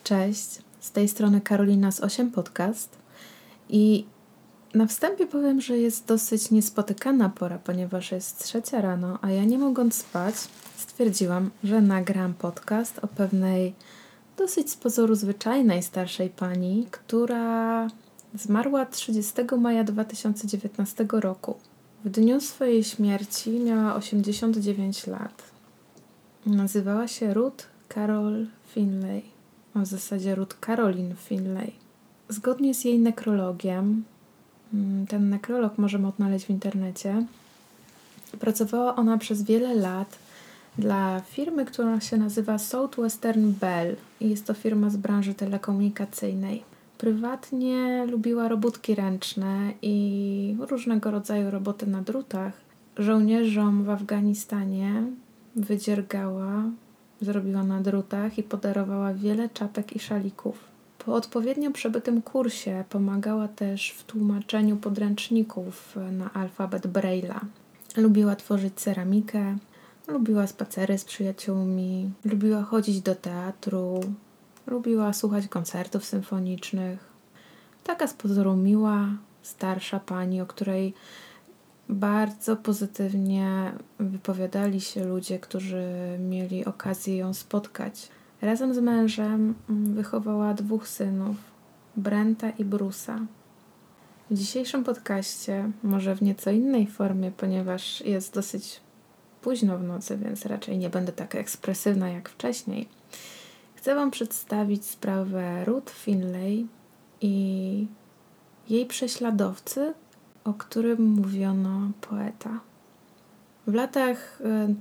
Cześć, z tej strony Karolina z 8 Podcast i na wstępie powiem, że jest dosyć niespotykana pora, ponieważ jest 3 rano, a ja nie mogąc spać stwierdziłam, że nagram podcast o pewnej dosyć z pozoru zwyczajnej starszej pani, która zmarła 30 maja 2019 roku. W dniu swojej śmierci miała 89 lat. Nazywała się Ruth Carol Finlay. W zasadzie Ruth Caroline Finlay. Zgodnie z jej nekrologiem, ten nekrolog możemy odnaleźć w internecie, pracowała ona przez wiele lat dla firmy, która się nazywa Southwestern Bell i jest to firma z branży telekomunikacyjnej. Prywatnie lubiła robótki ręczne i różnego rodzaju roboty na drutach. Żołnierzom w Afganistanie wydziergała, zrobiła na drutach i podarowała wiele czapek i szalików. Po odpowiednio przebytym kursie pomagała też w tłumaczeniu podręczników na alfabet Braille'a. Lubiła tworzyć ceramikę, lubiła spacery z przyjaciółmi, lubiła chodzić do teatru, lubiła słuchać koncertów symfonicznych. Taka z pozoru miła, starsza pani, o której bardzo pozytywnie wypowiadali się ludzie, którzy mieli okazję ją spotkać. Razem z mężem wychowała 2 synów, Brenta i Bruce'a. W dzisiejszym podcaście, może w nieco innej formie, ponieważ jest dosyć późno w nocy, więc raczej nie będę taka ekspresywna jak wcześniej, chcę Wam przedstawić sprawę Ruth Finlay i jej prześladowcy, o którym mówiono poeta. W latach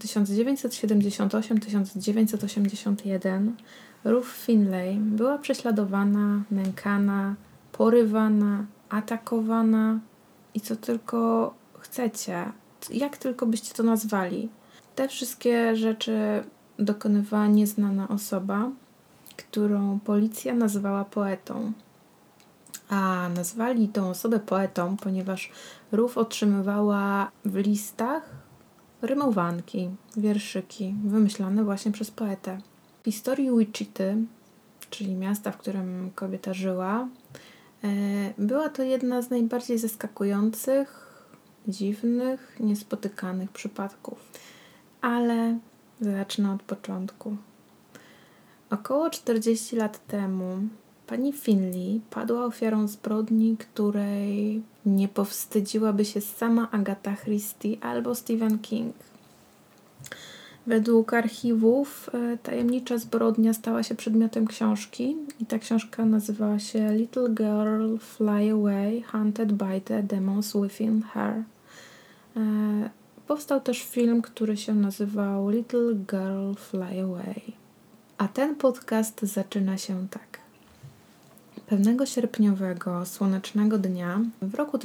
1978-1981 Ruth Finlay była prześladowana, nękana, porywana, atakowana i co tylko chcecie, jak tylko byście to nazwali. Te wszystkie rzeczy dokonywała nieznana osoba, którą policja nazwała poetą. A nazwali tą osobę poetą, ponieważ Ruth otrzymywała w listach rymowanki, wierszyki wymyślane właśnie przez poetę. W historii Wichity, czyli miasta, w którym kobieta żyła, była to jedna z najbardziej zaskakujących, dziwnych, niespotykanych przypadków. Ale zacznę od początku. Około 40 lat temu pani Finlay padła ofiarą zbrodni, której nie powstydziłaby się sama Agatha Christie albo Stephen King. Według archiwów tajemnicza zbrodnia stała się przedmiotem książki i ta książka nazywała się Little Girl Fly Away, Haunted by the Demons Within Her. Powstał też film, który się nazywał Little Girl Fly Away. A ten podcast zaczyna się tak. Pewnego sierpniowego, słonecznego dnia w roku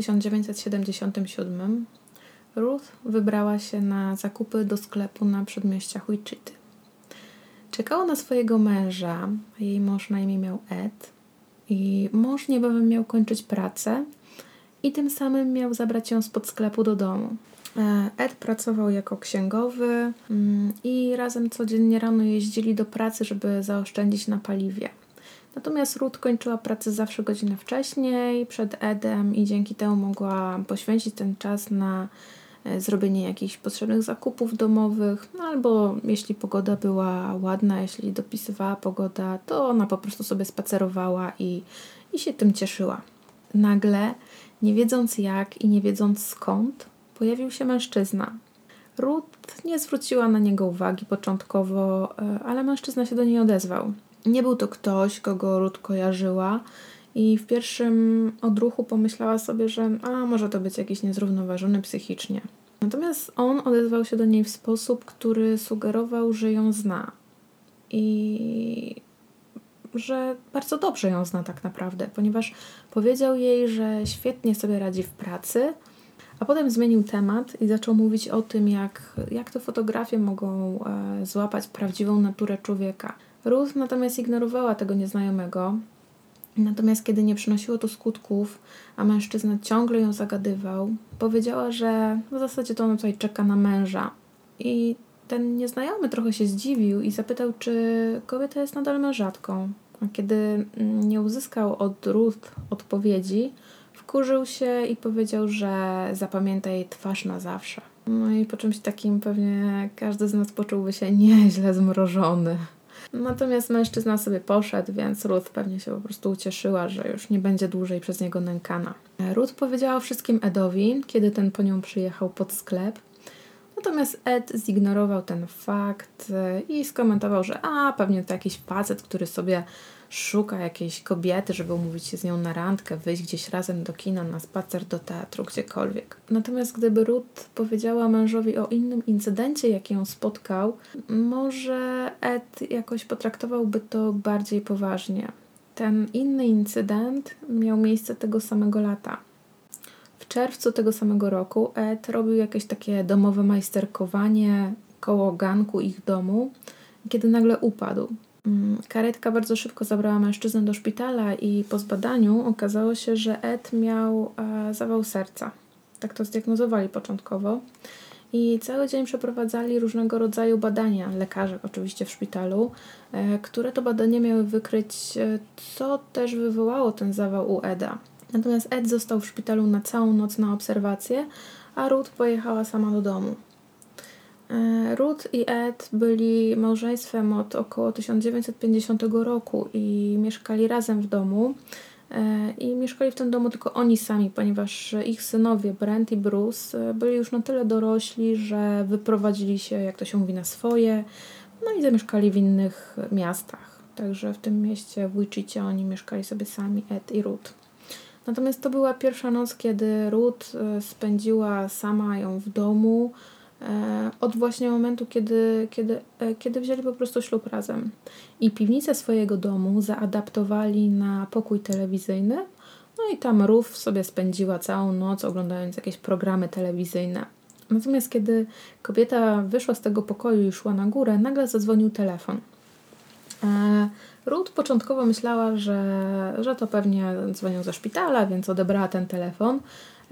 1977 Ruth wybrała się na zakupy do sklepu na przedmieściach Wichity. Czekała na swojego męża, a jej mąż na imię miał Ed i mąż niebawem miał kończyć pracę i tym samym miał zabrać ją spod sklepu do domu. Ed pracował jako księgowy i razem codziennie rano jeździli do pracy, żeby zaoszczędzić na paliwie. Natomiast Ruth kończyła pracę zawsze godzinę wcześniej przed Edem i dzięki temu mogła poświęcić ten czas na zrobienie jakichś potrzebnych zakupów domowych, albo jeśli pogoda była ładna, jeśli dopisywała pogoda, to ona po prostu sobie spacerowała i się tym cieszyła. Nagle, nie wiedząc jak i nie wiedząc skąd, pojawił się mężczyzna. Ruth nie zwróciła na niego uwagi początkowo, ale mężczyzna się do niej odezwał. Nie był to ktoś, kogo Ruth kojarzyła i w pierwszym odruchu pomyślała sobie, że może to być jakiś niezrównoważony psychicznie. Natomiast on odezwał się do niej w sposób, który sugerował, że ją zna i że bardzo dobrze ją zna tak naprawdę, ponieważ powiedział jej, że świetnie sobie radzi w pracy, a potem zmienił temat i zaczął mówić o tym, jak te fotografie mogą złapać prawdziwą naturę człowieka. Ruth natomiast ignorowała tego nieznajomego, natomiast kiedy nie przynosiło to skutków, a mężczyzna ciągle ją zagadywał, powiedziała, że w zasadzie to ona tutaj czeka na męża. I Ten nieznajomy trochę się zdziwił i zapytał, czy kobieta jest nadal mężatką. A kiedy nie uzyskał od Ruth odpowiedzi, wkurzył się i powiedział, że zapamięta jej twarz na zawsze. No i po czymś takim pewnie każdy z nas poczułby się nieźle zmrożony. Natomiast mężczyzna sobie poszedł, więc Ruth pewnie się po prostu ucieszyła, że już nie będzie dłużej przez niego nękana. Ruth powiedziała wszystkim Edowi, kiedy ten po nią przyjechał pod sklep. Natomiast Ed zignorował ten fakt i skomentował, że pewnie to jakiś facet, który sobie szuka jakiejś kobiety, żeby umówić się z nią na randkę, wyjść gdzieś razem do kina, na spacer, do teatru, gdziekolwiek. Natomiast gdyby Ruth powiedziała mężowi o innym incydencie, jaki ją spotkał, może Ed jakoś potraktowałby to bardziej poważnie. Ten inny incydent miał miejsce tego samego lata. W czerwcu tego samego roku Ed robił jakieś takie domowe majsterkowanie koło ganku ich domu, kiedy nagle upadł. Karetka bardzo szybko zabrała mężczyznę do szpitala i po zbadaniu okazało się, że Ed miał zawał serca. Tak to zdiagnozowali początkowo. I cały dzień przeprowadzali różnego rodzaju badania, lekarze oczywiście w szpitalu, które to badania miały wykryć, co też wywołało ten zawał u Eda. Natomiast Ed został w szpitalu na całą noc na obserwację, a Ruth pojechała sama do domu. Ruth i Ed byli małżeństwem od około 1950 roku i mieszkali razem w domu. I mieszkali w tym domu tylko oni sami, ponieważ ich synowie Brent i Bruce byli już na tyle dorośli, że wyprowadzili się, jak to się mówi, na swoje, no i zamieszkali w innych miastach. Także w tym mieście w Wichicie oni mieszkali sobie sami, Ed i Ruth. Natomiast to była pierwsza noc, kiedy Ruth spędziła sama ją w domu, od właśnie momentu, kiedy wzięli po prostu ślub razem. I piwnicę swojego domu zaadaptowali na pokój telewizyjny, no i tam Ruth sobie spędziła całą noc oglądając jakieś programy telewizyjne. Natomiast kiedy kobieta wyszła z tego pokoju i szła na górę, nagle zadzwonił telefon. Ruth początkowo myślała, że to pewnie dzwonią ze szpitala, więc odebrała ten telefon.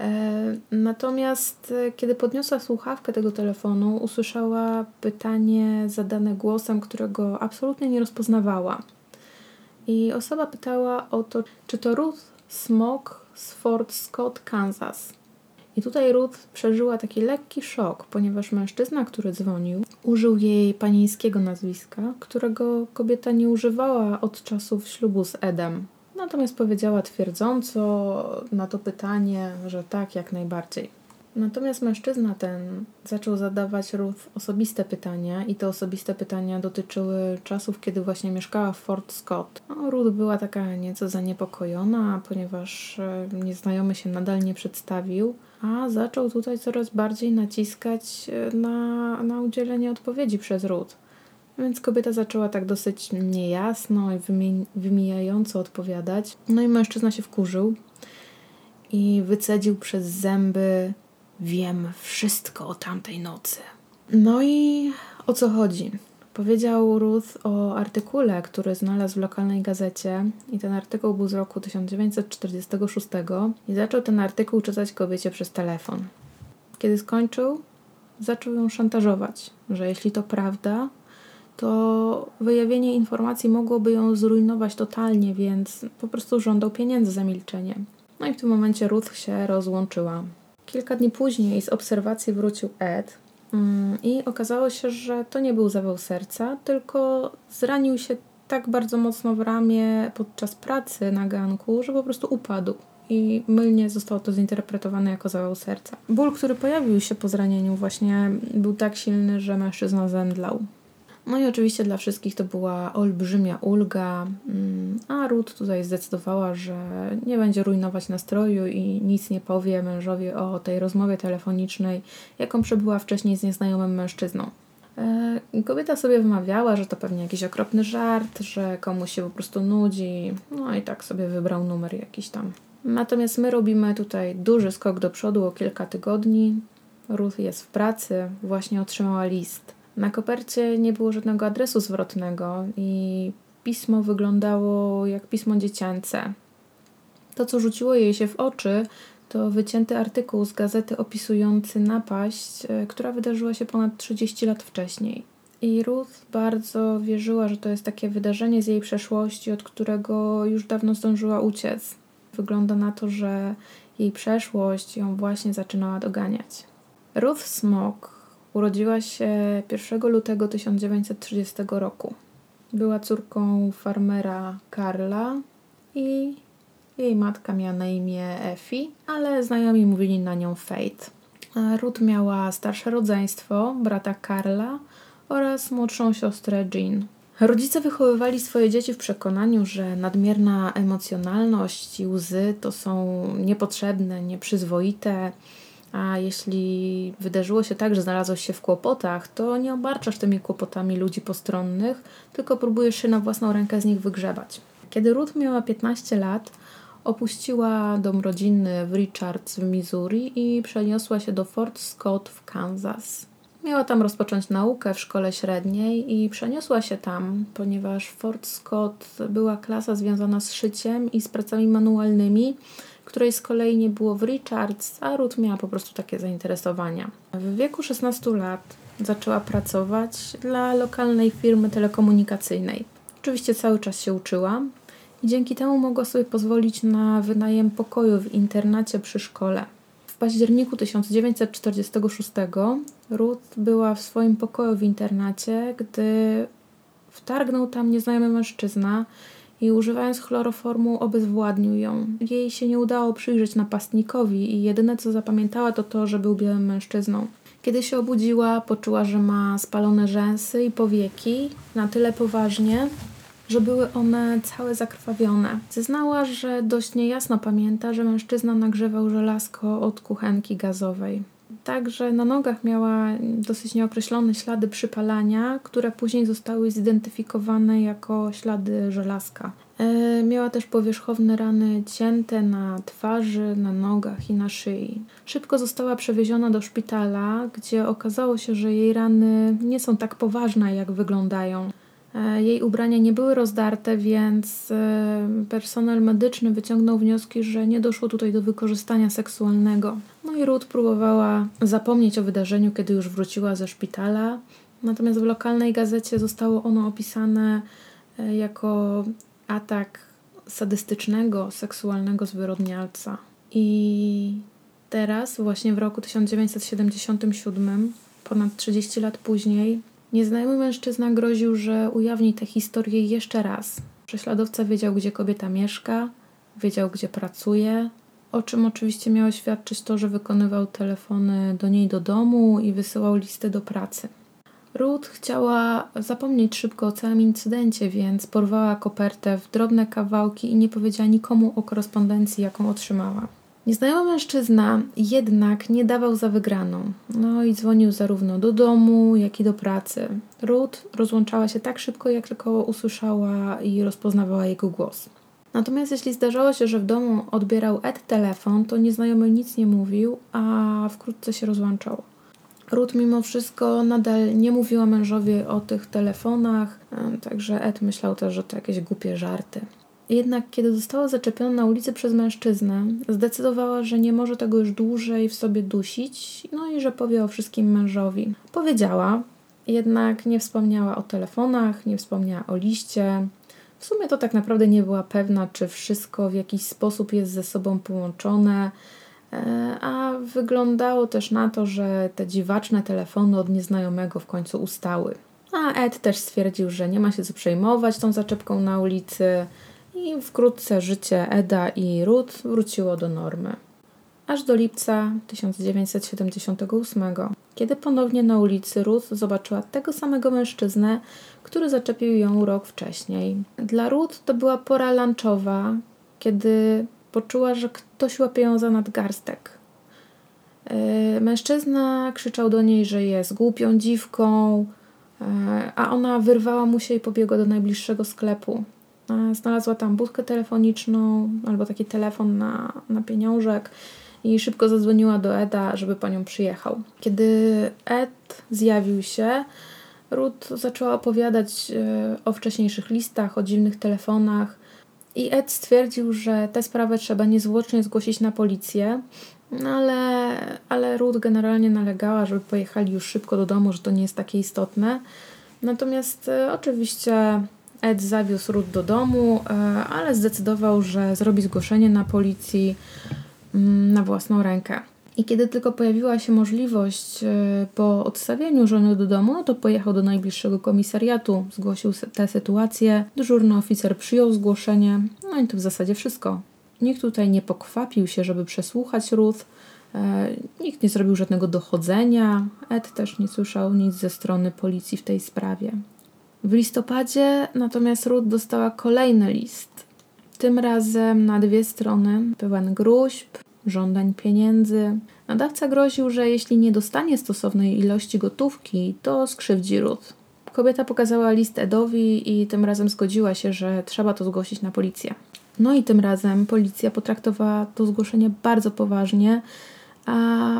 Natomiast kiedy podniosła słuchawkę tego telefonu, usłyszała pytanie zadane głosem, którego absolutnie nie rozpoznawała. I osoba pytała o to, czy to Ruth Smock z Fort Scott, Kansas. I tutaj Ruth przeżyła taki lekki szok, ponieważ mężczyzna, który dzwonił, użył jej panieńskiego nazwiska, którego kobieta nie używała od czasów ślubu z Edem. Natomiast powiedziała twierdząco na to pytanie, że tak, jak najbardziej. Natomiast mężczyzna ten zaczął zadawać Ruth osobiste pytania i te osobiste pytania dotyczyły czasów, kiedy właśnie mieszkała w Fort Scott. Ruth była taka nieco zaniepokojona, ponieważ nieznajomy się nadal nie przedstawił, a zaczął tutaj coraz bardziej naciskać na udzielenie odpowiedzi przez Ruth. Więc kobieta zaczęła tak dosyć niejasno i wymijająco odpowiadać. No i mężczyzna się wkurzył i wycedził przez zęby: wiem wszystko o tamtej nocy. No i o co chodzi? Powiedział Ruth o artykule, który znalazł w lokalnej gazecie i ten artykuł był z roku 1946 i zaczął ten artykuł czytać kobiecie przez telefon. Kiedy skończył, zaczął ją szantażować, że jeśli to prawda, to wyjawienie informacji mogłoby ją zrujnować totalnie, więc po prostu żądał pieniędzy za milczenie. No i w tym momencie Ruth się rozłączyła. Kilka dni później z obserwacji wrócił Ed i okazało się, że to nie był zawał serca, tylko zranił się tak bardzo mocno w ramię podczas pracy na ganku, że po prostu upadł. I mylnie zostało to zinterpretowane jako zawał serca. Ból, który pojawił się po zranieniu właśnie był tak silny, że mężczyzna zemdlał. No i oczywiście dla wszystkich to była olbrzymia ulga, a Ruth tutaj zdecydowała, że nie będzie rujnować nastroju i nic nie powie mężowi o tej rozmowie telefonicznej, jaką przebyła wcześniej z nieznajomym mężczyzną. Kobieta sobie wymawiała, że to pewnie jakiś okropny żart, że komuś się po prostu nudzi, no i tak sobie wybrał numer jakiś tam. Natomiast my robimy tutaj duży skok do przodu o kilka tygodni. Ruth jest w pracy, właśnie otrzymała list. Na kopercie nie było żadnego adresu zwrotnego i pismo wyglądało jak pismo dziecięce. To, co rzuciło jej się w oczy, To wycięty artykuł z gazety opisujący napaść, która wydarzyła się ponad 30 lat wcześniej. I Ruth bardzo wierzyła, że to jest takie wydarzenie z jej przeszłości, od którego już dawno zdążyła uciec. Wygląda na to, że jej przeszłość ją właśnie zaczynała doganiać. Ruth Smock urodziła się 1 lutego 1930 roku. Była córką farmera Karla i jej matka miała na imię Effie, ale znajomi mówili na nią Faith. Ruth miała starsze rodzeństwo, brata Karla oraz młodszą siostrę Jean. Rodzice wychowywali swoje dzieci w przekonaniu, że nadmierna emocjonalność i łzy to są niepotrzebne, nieprzyzwoite, a jeśli wydarzyło się tak, że znalazłeś się w kłopotach, to nie obarczasz tymi kłopotami ludzi postronnych, tylko próbujesz się na własną rękę z nich wygrzebać. Kiedy Ruth miała 15 lat, opuściła dom rodzinny w Richards w Missouri i przeniosła się do Fort Scott w Kansas. Miała tam rozpocząć naukę w szkole średniej i przeniosła się tam, ponieważ Fort Scott była klasa związana z szyciem i z pracami manualnymi, której z kolei nie było w Richards, a Ruth miała po prostu takie zainteresowania. W wieku 16 lat zaczęła pracować dla lokalnej firmy telekomunikacyjnej. Oczywiście cały czas się uczyła i dzięki temu mogła sobie pozwolić na wynajem pokoju w internacie przy szkole. W październiku 1946 Ruth była w swoim pokoju w internacie, gdy wtargnął tam nieznajomy mężczyzna i używając chloroformu obezwładnił ją. Jej się nie udało przyjrzeć napastnikowi i jedyne co zapamiętała to to, że był białym mężczyzną. Kiedy się obudziła, poczuła, że ma spalone rzęsy i powieki na tyle poważnie, że były one całe zakrwawione. Zeznała, że dość niejasno pamięta, że mężczyzna nagrzewał żelazko od kuchenki gazowej. Także na nogach miała dosyć nieokreślone ślady przypalania, które później zostały zidentyfikowane jako ślady żelazka. Miała też powierzchowne rany cięte na twarzy, na nogach i na szyi. Szybko została przewieziona do szpitala, gdzie okazało się, że jej rany nie są tak poważne, jak wyglądają. Jej ubrania nie były rozdarte, więc personel medyczny wyciągnął wnioski, że nie doszło tutaj do wykorzystania seksualnego. No i Ruth próbowała zapomnieć o wydarzeniu, kiedy już wróciła ze szpitala. Natomiast w lokalnej gazecie zostało ono opisane jako atak sadystycznego, seksualnego zwyrodnialca. I teraz, właśnie w roku 1977, ponad 30 lat później, nieznajomy mężczyzna groził, że ujawni tę historię jeszcze raz. Prześladowca wiedział, gdzie kobieta mieszka, wiedział, gdzie pracuje, o czym oczywiście miało świadczyć to, że wykonywał telefony do niej do domu i wysyłał listy do pracy. Ruth chciała zapomnieć szybko o całym incydencie, więc porwała kopertę w drobne kawałki i nie powiedziała nikomu o korespondencji, jaką otrzymała. Nieznajomy mężczyzna jednak nie dawał za wygraną. No i dzwonił zarówno do domu, jak i do pracy. Ruth rozłączała się tak szybko, jak tylko usłyszała i rozpoznawała jego głos. Natomiast jeśli zdarzało się, że w domu odbierał Ed telefon, to nieznajomy nic nie mówił, a wkrótce się rozłączał. Ruth mimo wszystko nadal nie mówiła mężowi o tych telefonach, także Ed myślał też, że to jakieś głupie żarty. Jednak kiedy została zaczepiona na ulicy przez mężczyznę, zdecydowała, że nie może tego już dłużej w sobie dusić, no i że powie o wszystkim mężowi. Powiedziała, jednak nie wspomniała o telefonach, nie wspomniała o liście. W sumie to tak naprawdę nie była pewna, czy wszystko w jakiś sposób jest ze sobą połączone, a wyglądało też na to, że te dziwaczne telefony od nieznajomego w końcu ustały. A Ed też stwierdził, że nie ma się co przejmować tą zaczepką na ulicy i wkrótce życie Eda i Ruth wróciło do normy. Aż do lipca 1978, kiedy ponownie na ulicy Ruth zobaczyła tego samego mężczyznę, który zaczepił ją rok wcześniej. Dla Ruth to była pora lunchowa, kiedy poczuła, że ktoś łapie ją za nadgarstek. Mężczyzna krzyczał do niej, że jest głupią dziwką, a ona wyrwała mu się i pobiegła do najbliższego sklepu. Znalazła tam budkę telefoniczną albo taki telefon na pieniążek i szybko zadzwoniła do Eda, żeby po nią przyjechał. Kiedy Ed zjawił się, Ruth zaczęła opowiadać o wcześniejszych listach, o dziwnych telefonach I Ed stwierdził, że tę sprawę trzeba niezwłocznie zgłosić na policję, no ale Ruth generalnie nalegała, żeby pojechali już szybko do domu, że to nie jest takie istotne. Natomiast oczywiście Ed zawiózł Ruth do domu, ale zdecydował, że zrobi zgłoszenie na policji na własną rękę. I kiedy tylko pojawiła się możliwość po odstawieniu żony do domu, no to pojechał do najbliższego komisariatu, zgłosił tę sytuację, dyżurny oficer przyjął zgłoszenie, no i to w zasadzie wszystko. Nikt tutaj nie pokwapił się, żeby przesłuchać Ruth, nikt nie zrobił żadnego dochodzenia, Ed też nie słyszał nic ze strony policji w tej sprawie. W listopadzie natomiast Ruth dostała kolejny list, tym razem na 2 strony, pełen gruźb, żądań pieniędzy. Nadawca groził, że jeśli nie dostanie stosownej ilości gotówki, to skrzywdzi Ruth. Kobieta pokazała list Edowi i tym razem zgodziła się, że trzeba to zgłosić na policję. No i tym razem policja potraktowała to zgłoszenie bardzo poważnie, a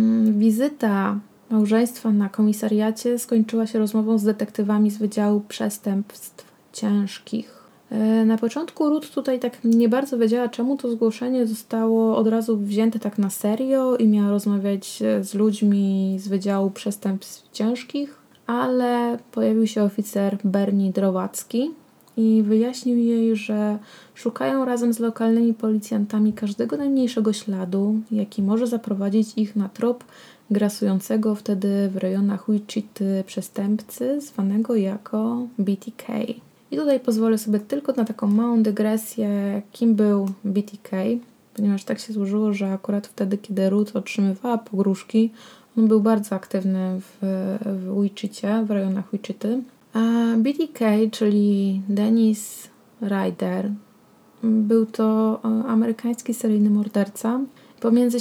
wizyta małżeństwa na komisariacie skończyła się rozmową z detektywami z Wydziału Przestępstw Ciężkich. Na początku Ruth tutaj tak nie bardzo wiedziała, czemu to zgłoszenie zostało od razu wzięte tak na serio i miała rozmawiać z ludźmi z Wydziału Przestępstw Ciężkich, ale pojawił się oficer Bernie Drowacki i wyjaśnił jej, że szukają razem z lokalnymi policjantami każdego najmniejszego śladu, jaki może zaprowadzić ich na trop grasującego wtedy w rejonach Wichity przestępcy zwanego jako BTK. I tutaj pozwolę sobie tylko na taką małą dygresję, kim był BTK, ponieważ tak się złożyło, że akurat wtedy, kiedy Ruth otrzymywała pogróżki, on był bardzo aktywny w Wichicie, w rejonach Wichity. A BTK, czyli Dennis Ryder, był to amerykański seryjny morderca. Pomiędzy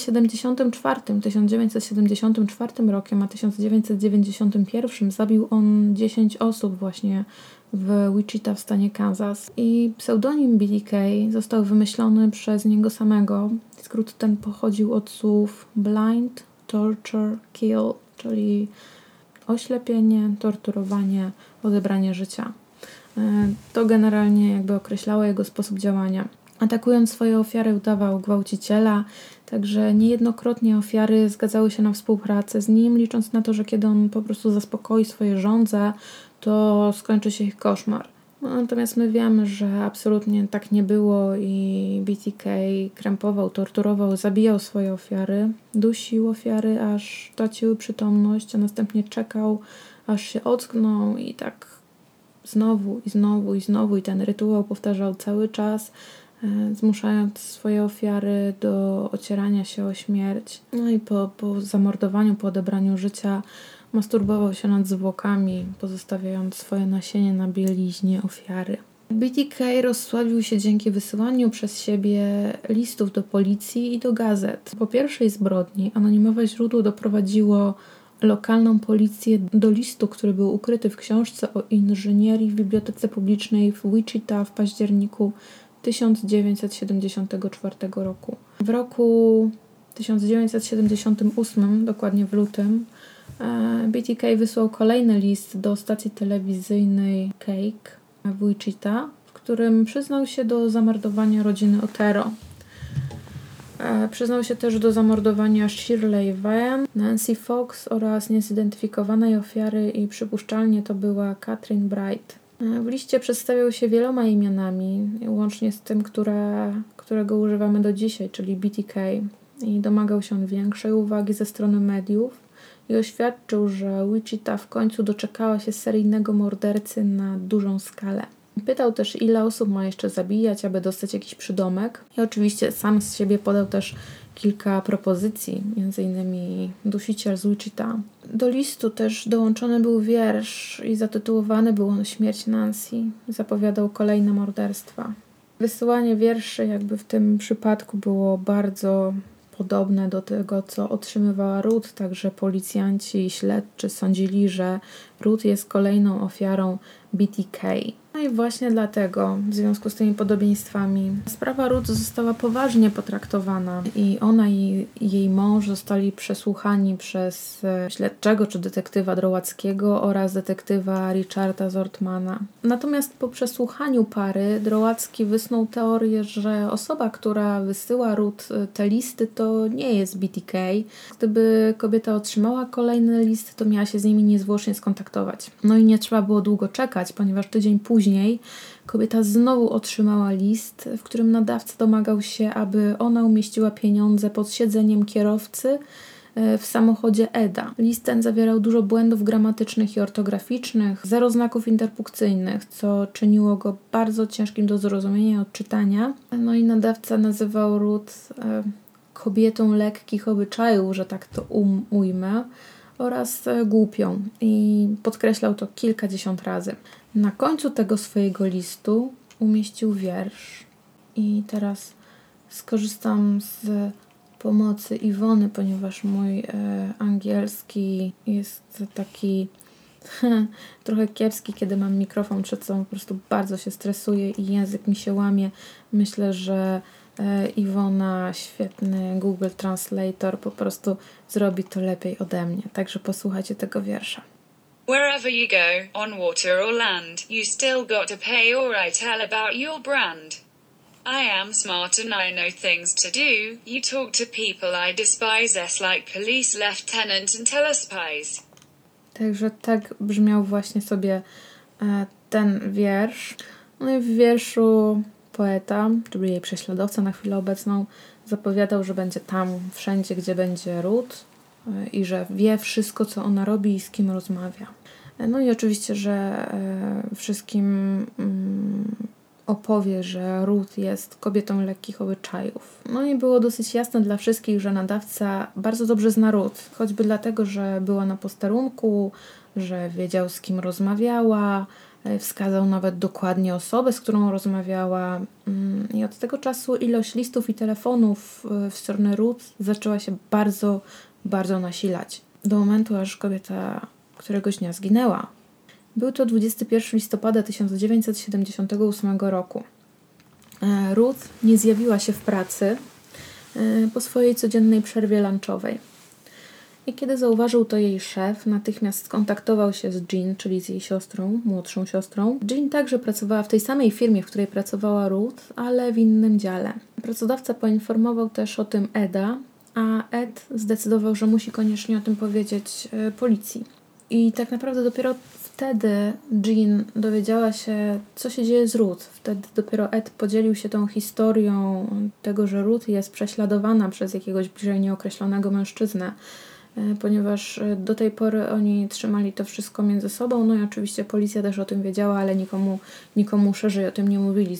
1974 rokiem a 1991 zabił on 10 osób właśnie w Wichita w stanie Kansas. I pseudonim BTK został wymyślony przez niego samego. Skrót ten pochodził od słów blind, torture, kill, czyli oślepienie, torturowanie, odebranie życia. To generalnie jakby określało jego sposób działania. Atakując swoje ofiary udawał gwałciciela, także niejednokrotnie ofiary zgadzały się na współpracę z nim, licząc na to, że kiedy on po prostu zaspokoi swoje żądze, to skończy się ich koszmar. Natomiast my wiemy, że absolutnie tak nie było i BTK krępował, torturował, zabijał swoje ofiary, dusił ofiary, aż traciły przytomność, a następnie czekał, aż się ockną i tak znowu i znowu i znowu i ten rytuał powtarzał cały czas, zmuszając swoje ofiary do ocierania się o śmierć. No i po zamordowaniu, po odebraniu życia masturbował się nad zwłokami, pozostawiając swoje nasienie na bieliźnie ofiary. BTK rozsławił się dzięki wysyłaniu przez siebie listów do policji i do gazet. Po pierwszej zbrodni anonimowe źródło doprowadziło lokalną policję do listu, który był ukryty w książce o inżynierii w Bibliotece Publicznej w Wichita w październiku 1974 roku. W roku 1978, dokładnie w lutym, BTK wysłał kolejny list do stacji telewizyjnej Cake w Wichita, w którym przyznał się do zamordowania rodziny Otero. Przyznał się też do zamordowania Shirley Van, Nancy Fox oraz niezidentyfikowanej ofiary i przypuszczalnie to była Catherine Bright. W liście przedstawiał się wieloma imionami, łącznie z tym, którego używamy do dzisiaj, czyli BTK. I domagał się on większej uwagi ze strony mediów i oświadczył, że Wichita w końcu doczekała się seryjnego mordercy na dużą skalę. Pytał też, ile osób ma jeszcze zabijać, aby dostać jakiś przydomek. I oczywiście sam z siebie podał też kilka propozycji, m.in. Dusiciel z Wichita. Do listu też dołączony był wiersz i zatytułowany był on Śmierć Nancy. Zapowiadał kolejne morderstwa. Wysyłanie wierszy jakby w tym przypadku było bardzo podobne do tego, co otrzymywała Ruth, także policjanci i śledczy sądzili, że Ruth jest kolejną ofiarą BTK. No i właśnie dlatego, w związku z tymi podobieństwami, sprawa Ruth została poważnie potraktowana i ona i jej mąż zostali przesłuchani przez śledczego czy detektywa Drołackiego oraz detektywa Richarda Zortmana. Natomiast po przesłuchaniu pary Drołacki wysnuł teorię, że osoba, która wysyła Ruth te listy, to nie jest BTK. Gdyby kobieta otrzymała kolejny list, to miała się z nimi niezwłocznie skontaktować. No i nie trzeba było długo czekać, ponieważ tydzień później kobieta znowu otrzymała list, w którym nadawca domagał się, aby ona umieściła pieniądze pod siedzeniem kierowcy w samochodzie Eda. List ten zawierał dużo błędów gramatycznych i ortograficznych, zero znaków interpunkcyjnych, co czyniło go bardzo ciężkim do zrozumienia i odczytania. No i nadawca nazywał Ruth kobietą lekkich obyczajów, że tak to ujmę, oraz głupią i podkreślał to kilkadziesiąt razy. Na końcu tego swojego listu umieścił wiersz i teraz skorzystam z pomocy Iwony, ponieważ mój angielski jest taki trochę kiepski, kiedy mam mikrofon przed sobą, po prostu bardzo się stresuję i język mi się łamie. Myślę, że Iwona, świetny Google Translator, po prostu zrobi to lepiej ode mnie. Także posłuchajcie tego wiersza. Wherever you go, on water or land, you still got to pay or I tell about your brand. I am smart and I know things to do, you talk to people I despise, like police lieutenant and telespies. Także tak brzmiał właśnie sobie ten wiersz. No i w wierszu poeta, czyli jej prześladowca na chwilę obecną, zapowiadał, że będzie tam wszędzie, gdzie będzie Ruth i że wie wszystko, co ona robi i z kim rozmawia. No i oczywiście, że wszystkim opowie, że Ruth jest kobietą lekkich obyczajów. No i było dosyć jasne dla wszystkich, że nadawca bardzo dobrze zna Ruth, choćby dlatego, że była na posterunku, że wiedział, z kim rozmawiała, wskazał nawet dokładnie osobę, z którą rozmawiała. I od tego czasu ilość listów i telefonów w stronę Ruth zaczęła się bardzo, bardzo nasilać. Do momentu, aż kobieta któregoś dnia zginęła. Był to 21 listopada 1978 roku. Ruth nie zjawiła się w pracy po swojej codziennej przerwie lunchowej. I kiedy zauważył to jej szef, natychmiast skontaktował się z Jean, czyli z jej siostrą, młodszą siostrą. Jean także pracowała w tej samej firmie, w której pracowała Ruth, ale w innym dziale. Pracodawca poinformował też o tym Eda, a Ed zdecydował, że musi koniecznie o tym powiedzieć policji. I tak naprawdę dopiero wtedy Jean dowiedziała się, co się dzieje z Ruth. Wtedy dopiero Ed podzielił się tą historią tego, że Ruth jest prześladowana przez jakiegoś bliżej nieokreślonego mężczyznę, ponieważ do tej pory oni trzymali to wszystko między sobą. No i oczywiście policja też o tym wiedziała, ale nikomu szerzej o tym nie mówili.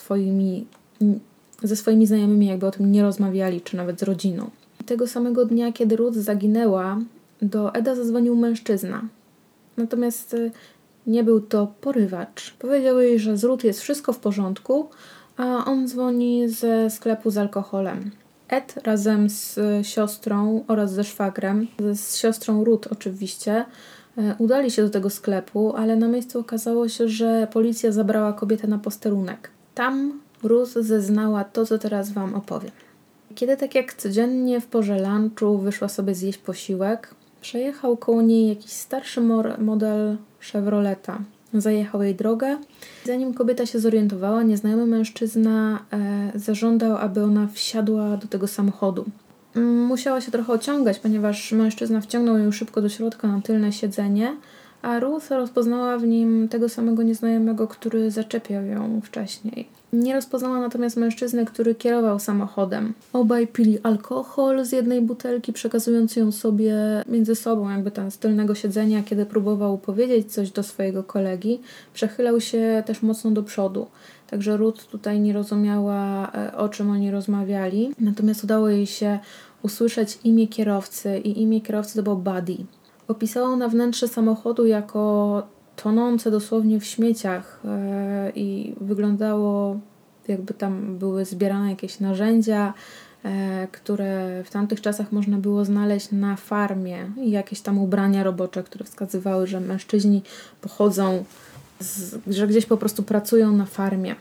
Ze swoimi znajomymi jakby o tym nie rozmawiali, czy nawet z rodziną. Tego samego dnia, kiedy Ruth zaginęła, do Eda zadzwonił mężczyzna. Natomiast nie był to porywacz. Powiedział jej, że z Ruth jest wszystko w porządku, a on dzwoni ze sklepu z alkoholem. Ed razem z siostrą oraz ze szwagrem, z siostrą Ruth oczywiście, udali się do tego sklepu, ale na miejscu okazało się, że policja zabrała kobietę na posterunek. Tam Ruth zeznała to, co teraz wam opowiem. Kiedy tak jak codziennie w porze lunchu wyszła sobie zjeść posiłek, przejechał koło niej jakiś starszy model Chevroleta. Zajechał jej drogę. Zanim kobieta się zorientowała, nieznajomy mężczyzna zażądał, aby ona wsiadła do tego samochodu. Musiała się trochę ociągać, ponieważ mężczyzna wciągnął ją szybko do środka na tylne siedzenie, a Ruth rozpoznała w nim tego samego nieznajomego, który zaczepiał ją wcześniej. Nie rozpoznała natomiast mężczyznę, który kierował samochodem. Obaj pili alkohol z jednej butelki, przekazując ją sobie między sobą, jakby tam z tylnego siedzenia, kiedy próbował powiedzieć coś do swojego kolegi. Przechylał się też mocno do przodu. Także Ruth tutaj nie rozumiała, o czym oni rozmawiali. Natomiast udało jej się usłyszeć imię kierowcy i imię kierowcy to był Buddy. Opisała ona wnętrze samochodu jako tonące dosłownie w śmieciach i wyglądało, jakby tam były zbierane jakieś narzędzia, które w tamtych czasach można było znaleźć na farmie i jakieś tam ubrania robocze, które wskazywały, że mężczyźni pochodzą że gdzieś po prostu pracują na farmie.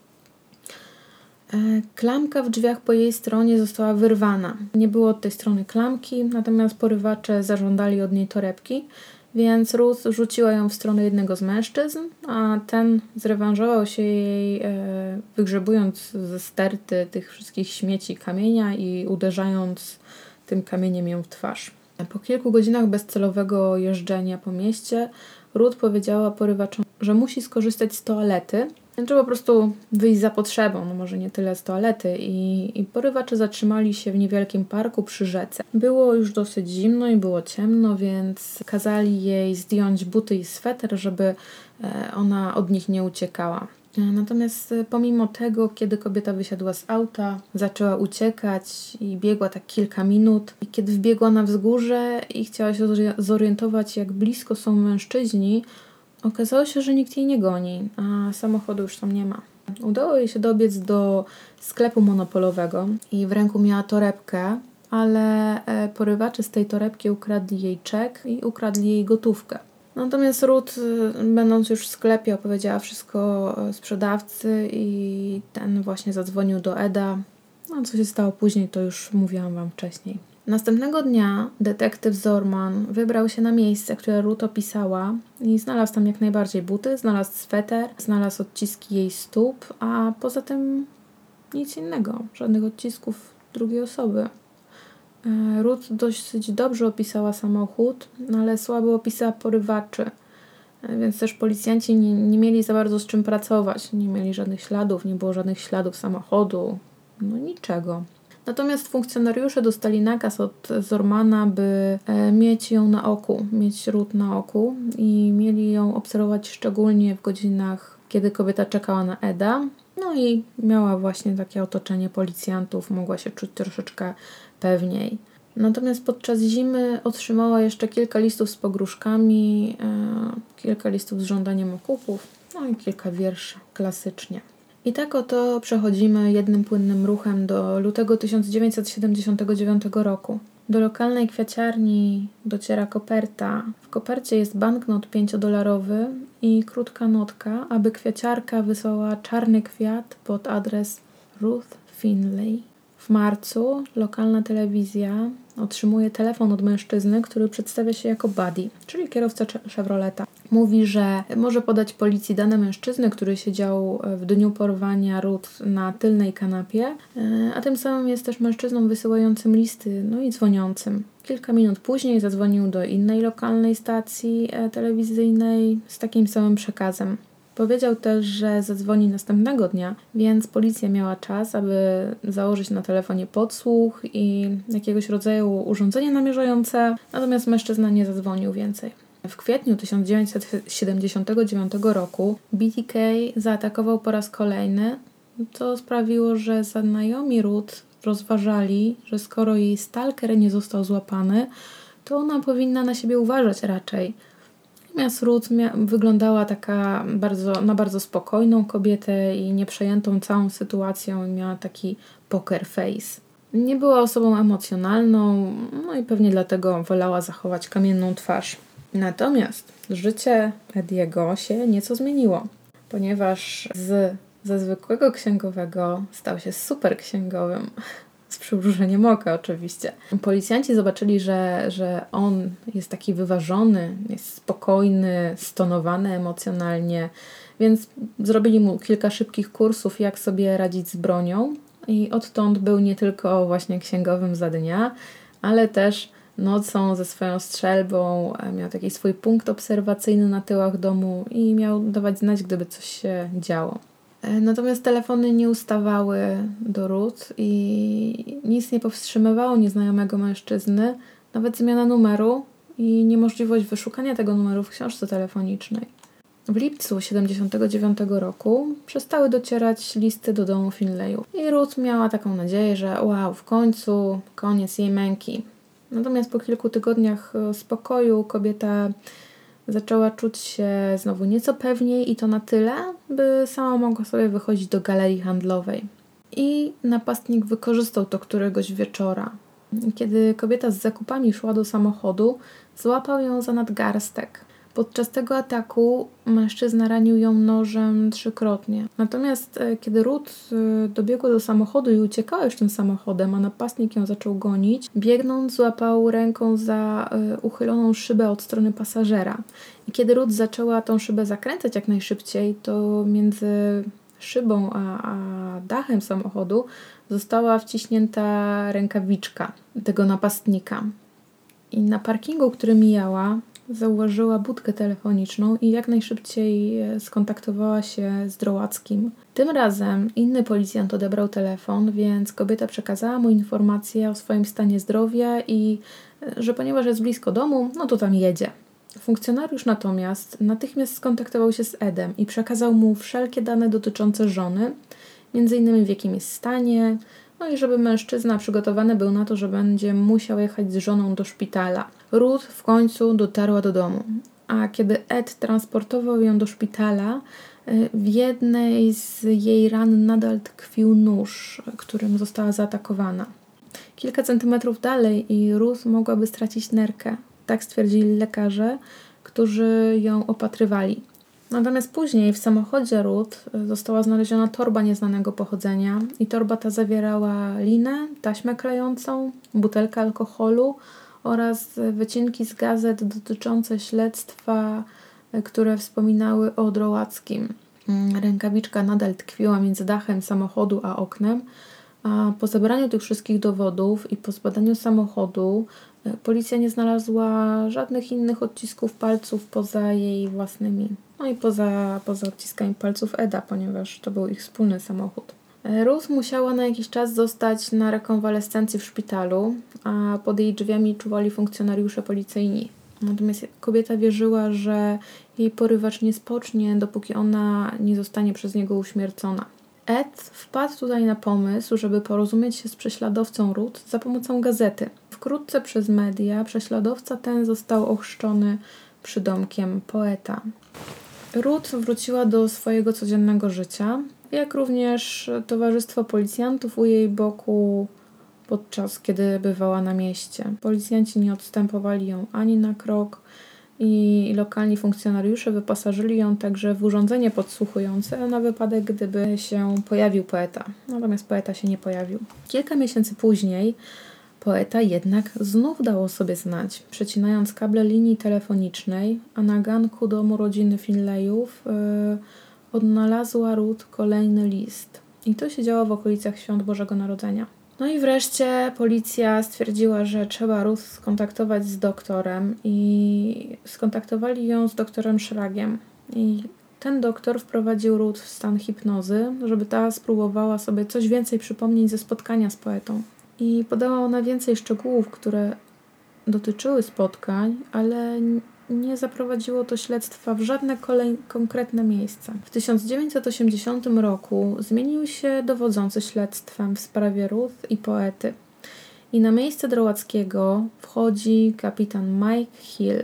Klamka w drzwiach po jej stronie została wyrwana. Nie było od tej strony klamki, natomiast porywacze zażądali od niej torebki, więc Ruth rzuciła ją w stronę jednego z mężczyzn, a ten zrewanżował się jej, wygrzebując ze sterty tych wszystkich śmieci kamienia i uderzając tym kamieniem ją w twarz. Po kilku godzinach bezcelowego jeżdżenia po mieście Ruth powiedziała porywaczom, że musi skorzystać z toalety, czy po prostu wyjść za potrzebą, no może nie tyle z toalety. I porywacze zatrzymali się w niewielkim parku przy rzece. Było już dosyć zimno i było ciemno, więc kazali jej zdjąć buty i sweter, żeby ona od nich nie uciekała. Natomiast pomimo tego, kiedy kobieta wysiadła z auta, zaczęła uciekać i biegła tak kilka minut. I kiedy wbiegła na wzgórze i chciała się zorientować, jak blisko są mężczyźni, okazało się, że nikt jej nie goni, a samochodu już tam nie ma. Udało jej się dobiec do sklepu monopolowego i w ręku miała torebkę, ale porywacze z tej torebki ukradli jej czek i ukradli jej gotówkę. Natomiast Ruth, będąc już w sklepie, opowiedziała wszystko sprzedawcy i ten właśnie zadzwonił do Eda. No, co się stało później, to już mówiłam Wam wcześniej. Następnego dnia detektyw Zorman wybrał się na miejsce, które Ruth opisała i znalazł tam jak najbardziej buty, znalazł sweter, znalazł odciski jej stóp, a poza tym nic innego, żadnych odcisków drugiej osoby. Ruth dosyć dobrze opisała samochód, ale słabo opisała porywaczy, więc też policjanci nie mieli za bardzo z czym pracować, nie mieli żadnych śladów, nie było żadnych śladów samochodu, no niczego. Natomiast funkcjonariusze dostali nakaz od Zormana, by mieć ją na oku, mieć Ruth na oku i mieli ją obserwować szczególnie w godzinach, kiedy kobieta czekała na Eda. No i miała właśnie takie otoczenie policjantów, mogła się czuć troszeczkę pewniej. Natomiast podczas zimy otrzymała jeszcze kilka listów z pogróżkami, kilka listów z żądaniem okupów, no i kilka wierszy klasycznie. I tak oto przechodzimy jednym płynnym ruchem do lutego 1979 roku. Do lokalnej kwiaciarni dociera koperta. W kopercie jest banknot 5-dolarowy i krótka notka, aby kwiaciarka wysłała czarny kwiat pod adres Ruth Finlay. W marcu lokalna telewizja otrzymuje telefon od mężczyzny, który przedstawia się jako Buddy, czyli kierowca Chevroleta. Mówi, że może podać policji dane mężczyzny, który siedział w dniu porwania Ruth na tylnej kanapie, a tym samym jest też mężczyzną wysyłającym listy, no i dzwoniącym. Kilka minut później zadzwonił do innej lokalnej stacji telewizyjnej z takim samym przekazem. Powiedział też, że zadzwoni następnego dnia, więc policja miała czas, aby założyć na telefonie podsłuch i jakiegoś rodzaju urządzenie namierzające, natomiast mężczyzna nie zadzwonił więcej. W kwietniu 1979 roku BTK zaatakował po raz kolejny, co sprawiło, że znajomi Ruth rozważali, że skoro jej stalker nie został złapany, to ona powinna na siebie uważać raczej. Natomiast Ruth wyglądała na bardzo spokojną kobietę i nieprzejętą całą sytuacją i miała taki poker face. Nie była osobą emocjonalną, no i pewnie dlatego wolała zachować kamienną twarz. Natomiast życie Ediego się nieco zmieniło, ponieważ ze zwykłego księgowego stał się super księgowym. Z przymrużeniem oka oczywiście. Policjanci zobaczyli, że on jest taki wyważony, jest spokojny, stonowany emocjonalnie, więc zrobili mu kilka szybkich kursów, jak sobie radzić z bronią i odtąd był nie tylko właśnie księgowym za dnia, ale też nocą ze swoją strzelbą, miał taki swój punkt obserwacyjny na tyłach domu i miał dawać znać, gdyby coś się działo. Natomiast telefony nie ustawały do Ruth i nic nie powstrzymywało nieznajomego mężczyzny, nawet zmiana numeru i niemożliwość wyszukania tego numeru w książce telefonicznej. W lipcu 1979 roku przestały docierać listy do domu Finlayów i Ruth miała taką nadzieję, że w końcu koniec jej męki. Natomiast po kilku tygodniach spokoju kobieta zaczęła czuć się znowu nieco pewniej i to na tyle, by sama mogła sobie wychodzić do galerii handlowej. I napastnik wykorzystał to któregoś wieczora. Kiedy kobieta z zakupami szła do samochodu, złapał ją za nadgarstek. Podczas tego ataku mężczyzna ranił ją nożem 3-krotnie. Natomiast kiedy Ruth dobiegła do samochodu i uciekała już tym samochodem, a napastnik ją zaczął gonić, biegnąc złapał ręką za uchyloną szybę od strony pasażera. I kiedy Ruth zaczęła tą szybę zakręcać jak najszybciej, to między szybą a dachem samochodu została wciśnięta rękawiczka tego napastnika. I na parkingu, który mijała, zauważyła budkę telefoniczną i jak najszybciej skontaktowała się z Drołackim. Tym razem inny policjant odebrał telefon, więc kobieta przekazała mu informację o swoim stanie zdrowia i że ponieważ jest blisko domu, no to tam jedzie. Funkcjonariusz natomiast natychmiast skontaktował się z Edem i przekazał mu wszelkie dane dotyczące żony, m.in. w jakim jest stanie, no i żeby mężczyzna przygotowany był na to, że będzie musiał jechać z żoną do szpitala. Ruth w końcu dotarła do domu, a kiedy Ed transportował ją do szpitala, w jednej z jej ran nadal tkwił nóż, którym została zaatakowana. Kilka centymetrów dalej i Ruth mogłaby stracić nerkę. Tak stwierdzili lekarze, którzy ją opatrywali. Natomiast później w samochodzie Ruth została znaleziona torba nieznanego pochodzenia i torba ta zawierała linę, taśmę klejącą, butelkę alkoholu oraz wycinki z gazet dotyczące śledztwa, które wspominały o Drołackim. Rękawiczka nadal tkwiła między dachem samochodu a oknem, a po zebraniu tych wszystkich dowodów i po zbadaniu samochodu policja nie znalazła żadnych innych odcisków palców poza jej własnymi. No i poza odciskami palców Eda, ponieważ to był ich wspólny samochód. Ruth musiała na jakiś czas zostać na rekonwalescencji w szpitalu, a pod jej drzwiami czuwali funkcjonariusze policyjni. Natomiast kobieta wierzyła, że jej porywacz nie spocznie, dopóki ona nie zostanie przez niego uśmiercona. Ed wpadł tutaj na pomysł, żeby porozumieć się z prześladowcą Ruth za pomocą gazety. Wkrótce przez media prześladowca ten został ochrzczony przydomkiem poeta. Ruth wróciła do swojego codziennego życia, jak również towarzystwo policjantów u jej boku podczas kiedy bywała na mieście. Policjanci nie odstępowali ją ani na krok i lokalni funkcjonariusze wyposażyli ją także w urządzenie podsłuchujące na wypadek, gdyby się pojawił poeta. Natomiast poeta się nie pojawił. Kilka miesięcy później poeta jednak znów dał o sobie znać, przecinając kable linii telefonicznej, a na ganku domu rodziny Finleyów odnalazła Ruth kolejny list. I to się działo w okolicach Świąt Bożego Narodzenia. No i wreszcie policja stwierdziła, że trzeba Ruth skontaktować z doktorem i skontaktowali ją z doktorem Schragiem. I ten doktor wprowadził Ruth w stan hipnozy, żeby ta spróbowała sobie coś więcej przypomnieć ze spotkania z poetą. I podała ona więcej szczegółów, które dotyczyły spotkań, ale nie zaprowadziło to śledztwa w żadne konkretne miejsce. W 1980 roku zmienił się dowodzący śledztwem w sprawie Ruth i poety. I na miejsce Drołackiego wchodzi kapitan Mike Hill.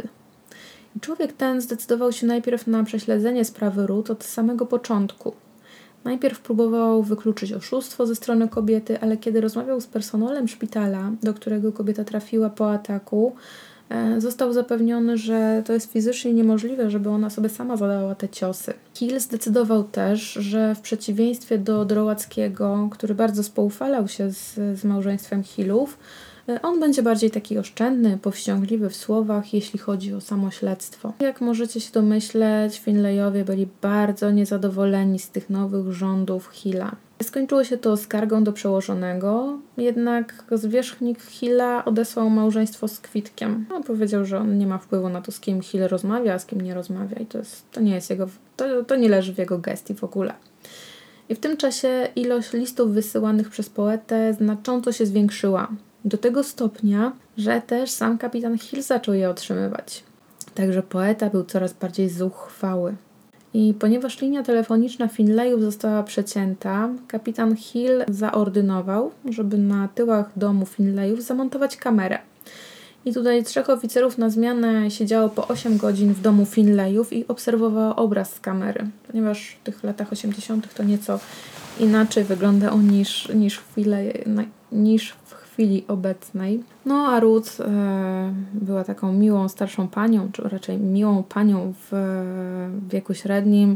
I człowiek ten zdecydował się najpierw na prześledzenie sprawy Ruth od samego początku. Najpierw próbował wykluczyć oszustwo ze strony kobiety, ale kiedy rozmawiał z personelem szpitala, do którego kobieta trafiła po ataku, został zapewniony, że to jest fizycznie niemożliwe, żeby ona sobie sama zadała te ciosy. Hill zdecydował też, że w przeciwieństwie do Drołackiego, który bardzo spoufalał się z małżeństwem Hillów, on będzie bardziej taki oszczędny, powściągliwy w słowach, jeśli chodzi o samo śledztwo. Jak możecie się domyśleć, Finleyowie byli bardzo niezadowoleni z tych nowych rządów Hilla. Skończyło się to skargą do przełożonego, jednak zwierzchnik Hilla odesłał małżeństwo z kwitkiem. On powiedział, że on nie ma wpływu na to, z kim Hill rozmawia, a z kim nie rozmawia i to nie jest jego, to nie leży w jego gestii w ogóle. I w tym czasie ilość listów wysyłanych przez poetę znacząco się zwiększyła. Do tego stopnia, że też sam kapitan Hill zaczął je otrzymywać. Także poeta był coraz bardziej zuchwały. I ponieważ linia telefoniczna Finleyów została przecięta, kapitan Hill zaordynował, żeby na tyłach domu Finleyów zamontować kamerę. I tutaj 3 oficerów na zmianę siedziało po 8 godzin w domu Finleyów i obserwowało obraz z kamery. Ponieważ w tych latach 80. to nieco inaczej wyglądało niż w chwili obecnej. No a Ruth była taką miłą starszą panią, czy raczej miłą panią w wieku średnim,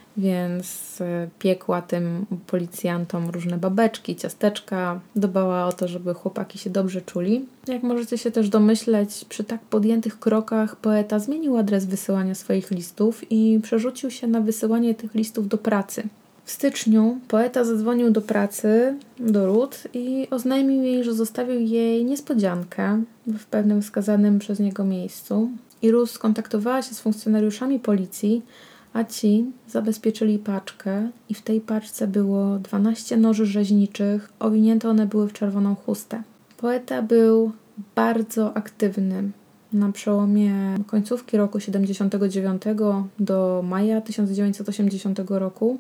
więc piekła tym policjantom różne babeczki, ciasteczka, dbała o to, żeby chłopaki się dobrze czuli. Jak możecie się też domyśleć, przy tak podjętych krokach poeta zmienił adres wysyłania swoich listów i przerzucił się na wysyłanie tych listów do pracy. W styczniu poeta zadzwonił do pracy, do Ruth i oznajmił jej, że zostawił jej niespodziankę w pewnym wskazanym przez niego miejscu. I Ruth skontaktowała się z funkcjonariuszami policji, a ci zabezpieczyli paczkę i w tej paczce było 12 noży rzeźniczych, owinięte one były w czerwoną chustę. Poeta był bardzo aktywny. Na przełomie końcówki roku 79 do maja 1980 roku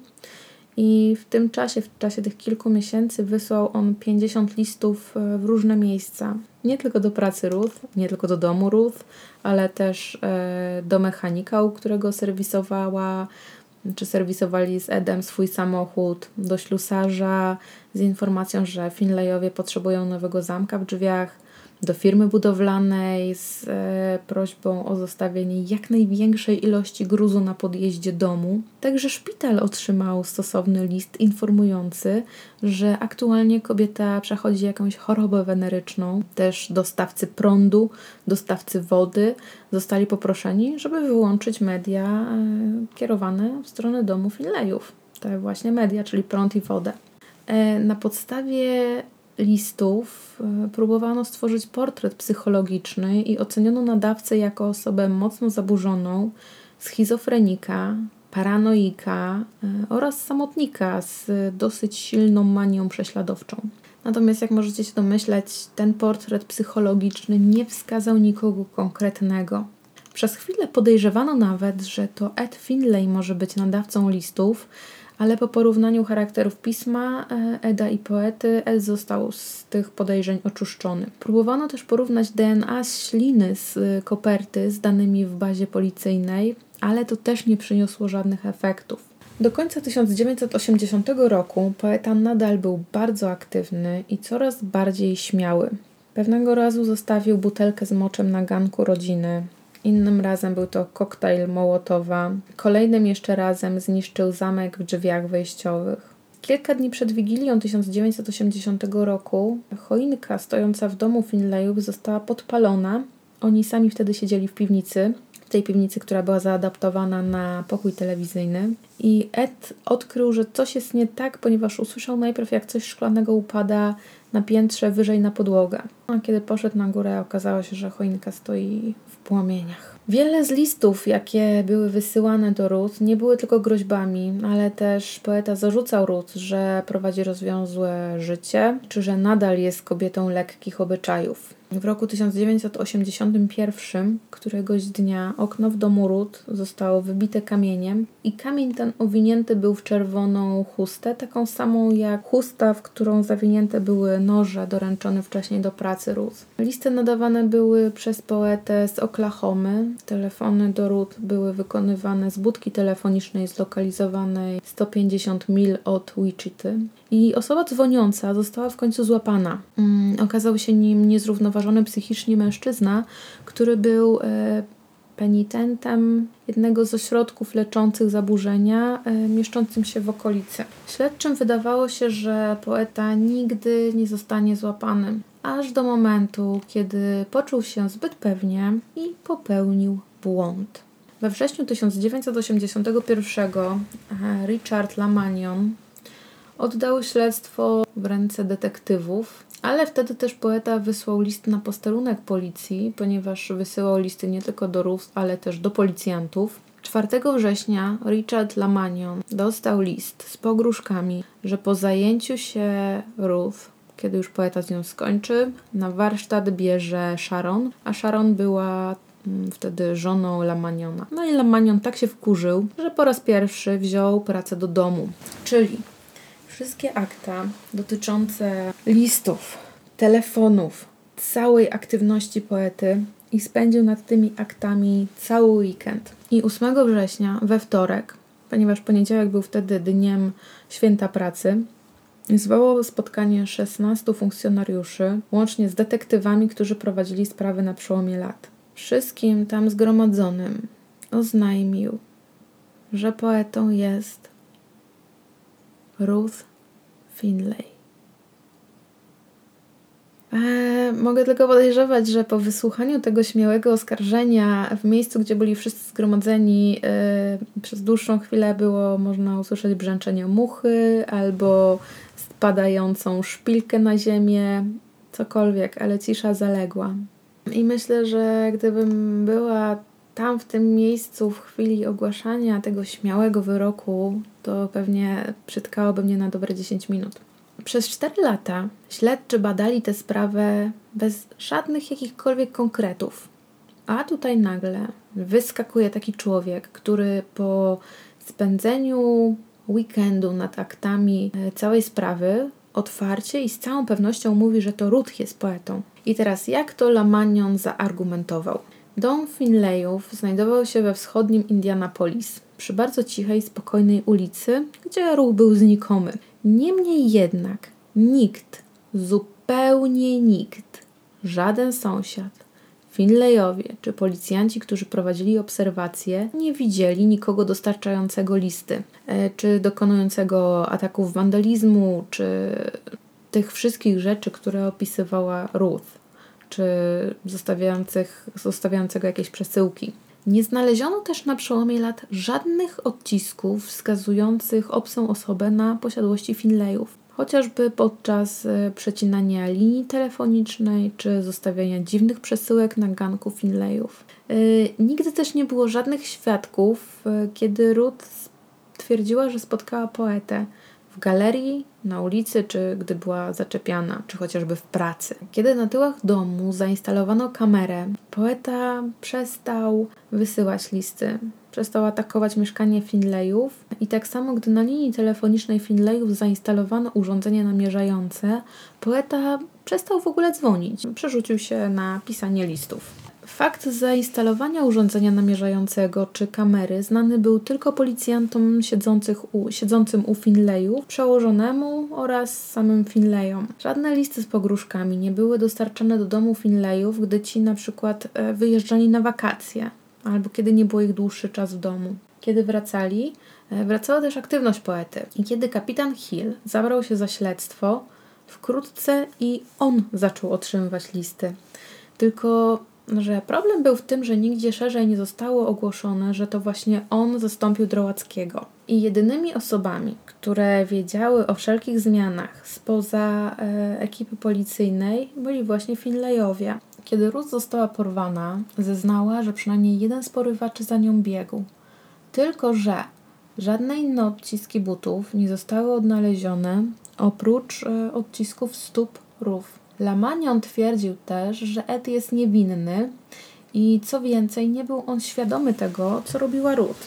i w tym czasie, w czasie tych kilku miesięcy wysłał on 50 listów w różne miejsca. Nie tylko do pracy Ruth, nie tylko do domu Ruth, ale też do mechanika, u którego serwisowała, czy serwisowali z Edem swój samochód, do ślusarza z informacją, że Finlayowie potrzebują nowego zamka w drzwiach, do firmy budowlanej z prośbą o zostawienie jak największej ilości gruzu na podjeździe domu. Także szpital otrzymał stosowny list informujący, że aktualnie kobieta przechodzi jakąś chorobę weneryczną. Też dostawcy prądu, dostawcy wody zostali poproszeni, żeby wyłączyć media kierowane w stronę domu Finlayów. Te właśnie media, czyli prąd i wodę. Na podstawie listów próbowano stworzyć portret psychologiczny i oceniono nadawcę jako osobę mocno zaburzoną, schizofrenika, paranoika oraz samotnika z dosyć silną manią prześladowczą. Natomiast jak możecie się domyśleć, ten portret psychologiczny nie wskazał nikogo konkretnego. Przez chwilę podejrzewano nawet, że to Ed Finlay może być nadawcą listów, ale po porównaniu charakterów pisma Eda i poety, Ed został z tych podejrzeń oczyszczony. Próbowano też porównać DNA z śliny z koperty z danymi w bazie policyjnej, ale to też nie przyniosło żadnych efektów. Do końca 1980 roku poeta nadal był bardzo aktywny i coraz bardziej śmiały. Pewnego razu zostawił butelkę z moczem na ganku rodziny. Innym razem był to koktajl Mołotowa. Kolejnym jeszcze razem zniszczył zamek w drzwiach wejściowych. Kilka dni przed Wigilią 1980 roku choinka stojąca w domu Finlayów została podpalona. Oni sami wtedy siedzieli w piwnicy. W tej piwnicy, która była zaadaptowana na pokój telewizyjny. I Ed odkrył, że coś jest nie tak, ponieważ usłyszał najpierw, jak coś szklanego upada na piętrze wyżej na podłogę. A kiedy poszedł na górę, okazało się, że choinka stoi w płomieniach. Wiele z listów, jakie były wysyłane do Ruth, nie były tylko groźbami, ale też poeta zarzucał Ruth, że prowadzi rozwiązłe życie, czy że nadal jest kobietą lekkich obyczajów. W roku 1981 któregoś dnia okno w domu Ruth zostało wybite kamieniem i kamień ten owinięty był w czerwoną chustę, taką samą jak chusta, w którą zawinięte były noże doręczone wcześniej do pracy Ruth. Listy nadawane były przez poetę z Oklahomy. Telefony do Ruth były wykonywane z budki telefonicznej zlokalizowanej 150 mil od Wichity. I osoba dzwoniąca została w końcu złapana. Okazał się nim niezrównoważony psychicznie mężczyzna, który był penitentem jednego z ośrodków leczących zaburzenia mieszczącym się w okolicy. Śledczym wydawało się, że poeta nigdy nie zostanie złapany, aż do momentu, kiedy poczuł się zbyt pewnie i popełnił błąd. We wrześniu 1981 Richard Lamagnon oddał śledztwo w ręce detektywów, ale wtedy też poeta wysłał list na posterunek policji, ponieważ wysyłał listy nie tylko do Ruth, ale też do policjantów. 4 września Richard Lamagnon dostał list z pogróżkami, że po zajęciu się Ruth, kiedy już poeta z nią skończy, na warsztat bierze Sharon, a Sharon była wtedy żoną Lamagnona. No i Lamagnon tak się wkurzył, że po raz pierwszy wziął pracę do domu, czyli wszystkie akta dotyczące listów, telefonów, całej aktywności poety i spędził nad tymi aktami cały weekend. I 8 września, we wtorek, ponieważ poniedziałek był wtedy dniem święta pracy, Zwołał spotkanie 16 funkcjonariuszy, łącznie z detektywami, którzy prowadzili sprawy na przełomie lat. Wszystkim tam zgromadzonym oznajmił, że poetą jest Ruth Finlay. Mogę tylko podejrzewać, że po wysłuchaniu tego śmiałego oskarżenia w miejscu, gdzie byli wszyscy zgromadzeni, przez dłuższą chwilę było można usłyszeć brzęczenie muchy albo spadającą szpilkę na ziemię, cokolwiek, ale cisza zaległa. I myślę, że gdybym była tam w tym miejscu w chwili ogłaszania tego śmiałego wyroku, to pewnie przytkałoby mnie na dobre 10 minut. Przez 4 lata śledczy badali tę sprawę bez żadnych jakichkolwiek konkretów. A tutaj nagle wyskakuje taki człowiek, który po spędzeniu weekendu nad aktami całej sprawy otwarcie i z całą pewnością mówi, że to Ruth jest poetą. I teraz jak to Lamagnon zaargumentował? Dom Finlayów znajdował się we wschodnim Indianapolis, przy bardzo cichej, spokojnej ulicy, gdzie ruch był znikomy. Niemniej jednak nikt, zupełnie nikt, żaden sąsiad, Finlayowie czy policjanci, którzy prowadzili obserwacje, nie widzieli nikogo dostarczającego listy, czy dokonującego ataków wandalizmu, czy tych wszystkich rzeczy, które opisywała Ruth, czy zostawiającego jakieś przesyłki. Nie znaleziono też na przełomie lat żadnych odcisków wskazujących obcą osobę na posiadłości Finlayów, chociażby podczas przecinania linii telefonicznej czy zostawiania dziwnych przesyłek na ganku Finlayów. Nigdy też nie było żadnych świadków, kiedy Ruth twierdziła, że spotkała poetę w galerii, na ulicy, czy gdy była zaczepiana, czy chociażby w pracy. Kiedy na tyłach domu zainstalowano kamerę, poeta przestał wysyłać listy, przestał atakować mieszkanie Finlayów i tak samo, gdy na linii telefonicznej Finlayów zainstalowano urządzenie namierzające, poeta przestał w ogóle dzwonić. Przerzucił się na pisanie listów. Fakt zainstalowania urządzenia namierzającego czy kamery znany był tylko policjantom siedzącym u Finlayów, przełożonemu oraz samym Finlayom. Żadne listy z pogróżkami nie były dostarczane do domu Finlayów, gdy ci na przykład wyjeżdżali na wakacje albo kiedy nie było ich dłuższy czas w domu. Kiedy wracali, wracała też aktywność poety. I kiedy kapitan Hill zabrał się za śledztwo, wkrótce i on zaczął otrzymywać listy. Tylko że problem był w tym, że nigdzie szerzej nie zostało ogłoszone, że to właśnie on zastąpił Drołackiego. I jedynymi osobami, które wiedziały o wszelkich zmianach spoza ekipy policyjnej, byli właśnie Finlayowie. Kiedy Ruth została porwana, zeznała, że przynajmniej jeden z porywaczy za nią biegł. Tylko że żadne inne odciski butów nie zostały odnalezione, oprócz odcisków stóp Ruth. Lamagnon twierdził też, że Ed jest niewinny i co więcej, nie był on świadomy tego, co robiła Ruth.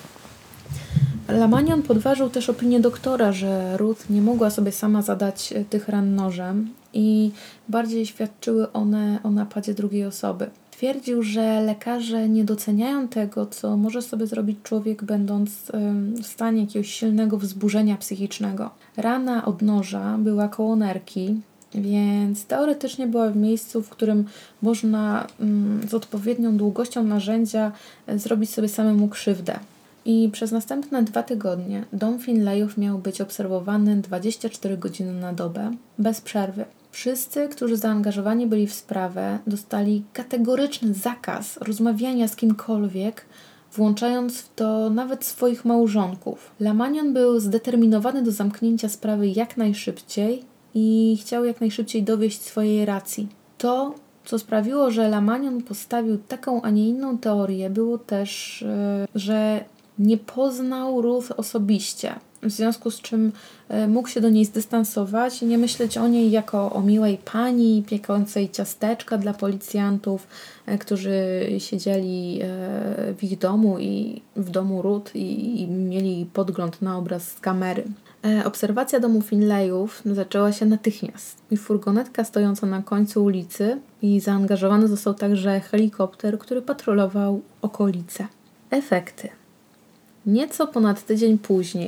Lamagnon podważył też opinię doktora, że Ruth nie mogła sobie sama zadać tych ran nożem i bardziej świadczyły one o napadzie drugiej osoby. Twierdził, że lekarze nie doceniają tego, co może sobie zrobić człowiek, będąc w stanie jakiegoś silnego wzburzenia psychicznego. Rana od noża była koło nerki, więc teoretycznie była w miejscu, w którym można z odpowiednią długością narzędzia zrobić sobie samemu krzywdę. I przez następne 2 tygodnie dom Finlayów miał być obserwowany 24 godziny na dobę, bez przerwy. Wszyscy, którzy zaangażowani byli w sprawę, dostali kategoryczny zakaz rozmawiania z kimkolwiek, włączając w to nawet swoich małżonków. Lamagnon był zdeterminowany do zamknięcia sprawy jak najszybciej i chciał jak najszybciej dowieść swojej racji. To, co sprawiło, że Lamagnon postawił taką, a nie inną teorię, było też, że nie poznał Ruth osobiście, w związku z czym mógł się do niej zdystansować i nie myśleć o niej jako o miłej pani piekącej ciasteczka dla policjantów, którzy siedzieli w ich domu i w domu Ruth i mieli podgląd na obraz z kamery. Obserwacja domu Finlayów zaczęła się natychmiast i furgonetka stojąca na końcu ulicy i zaangażowany został także helikopter, który patrolował okolice. Efekty. Nieco ponad tydzień później,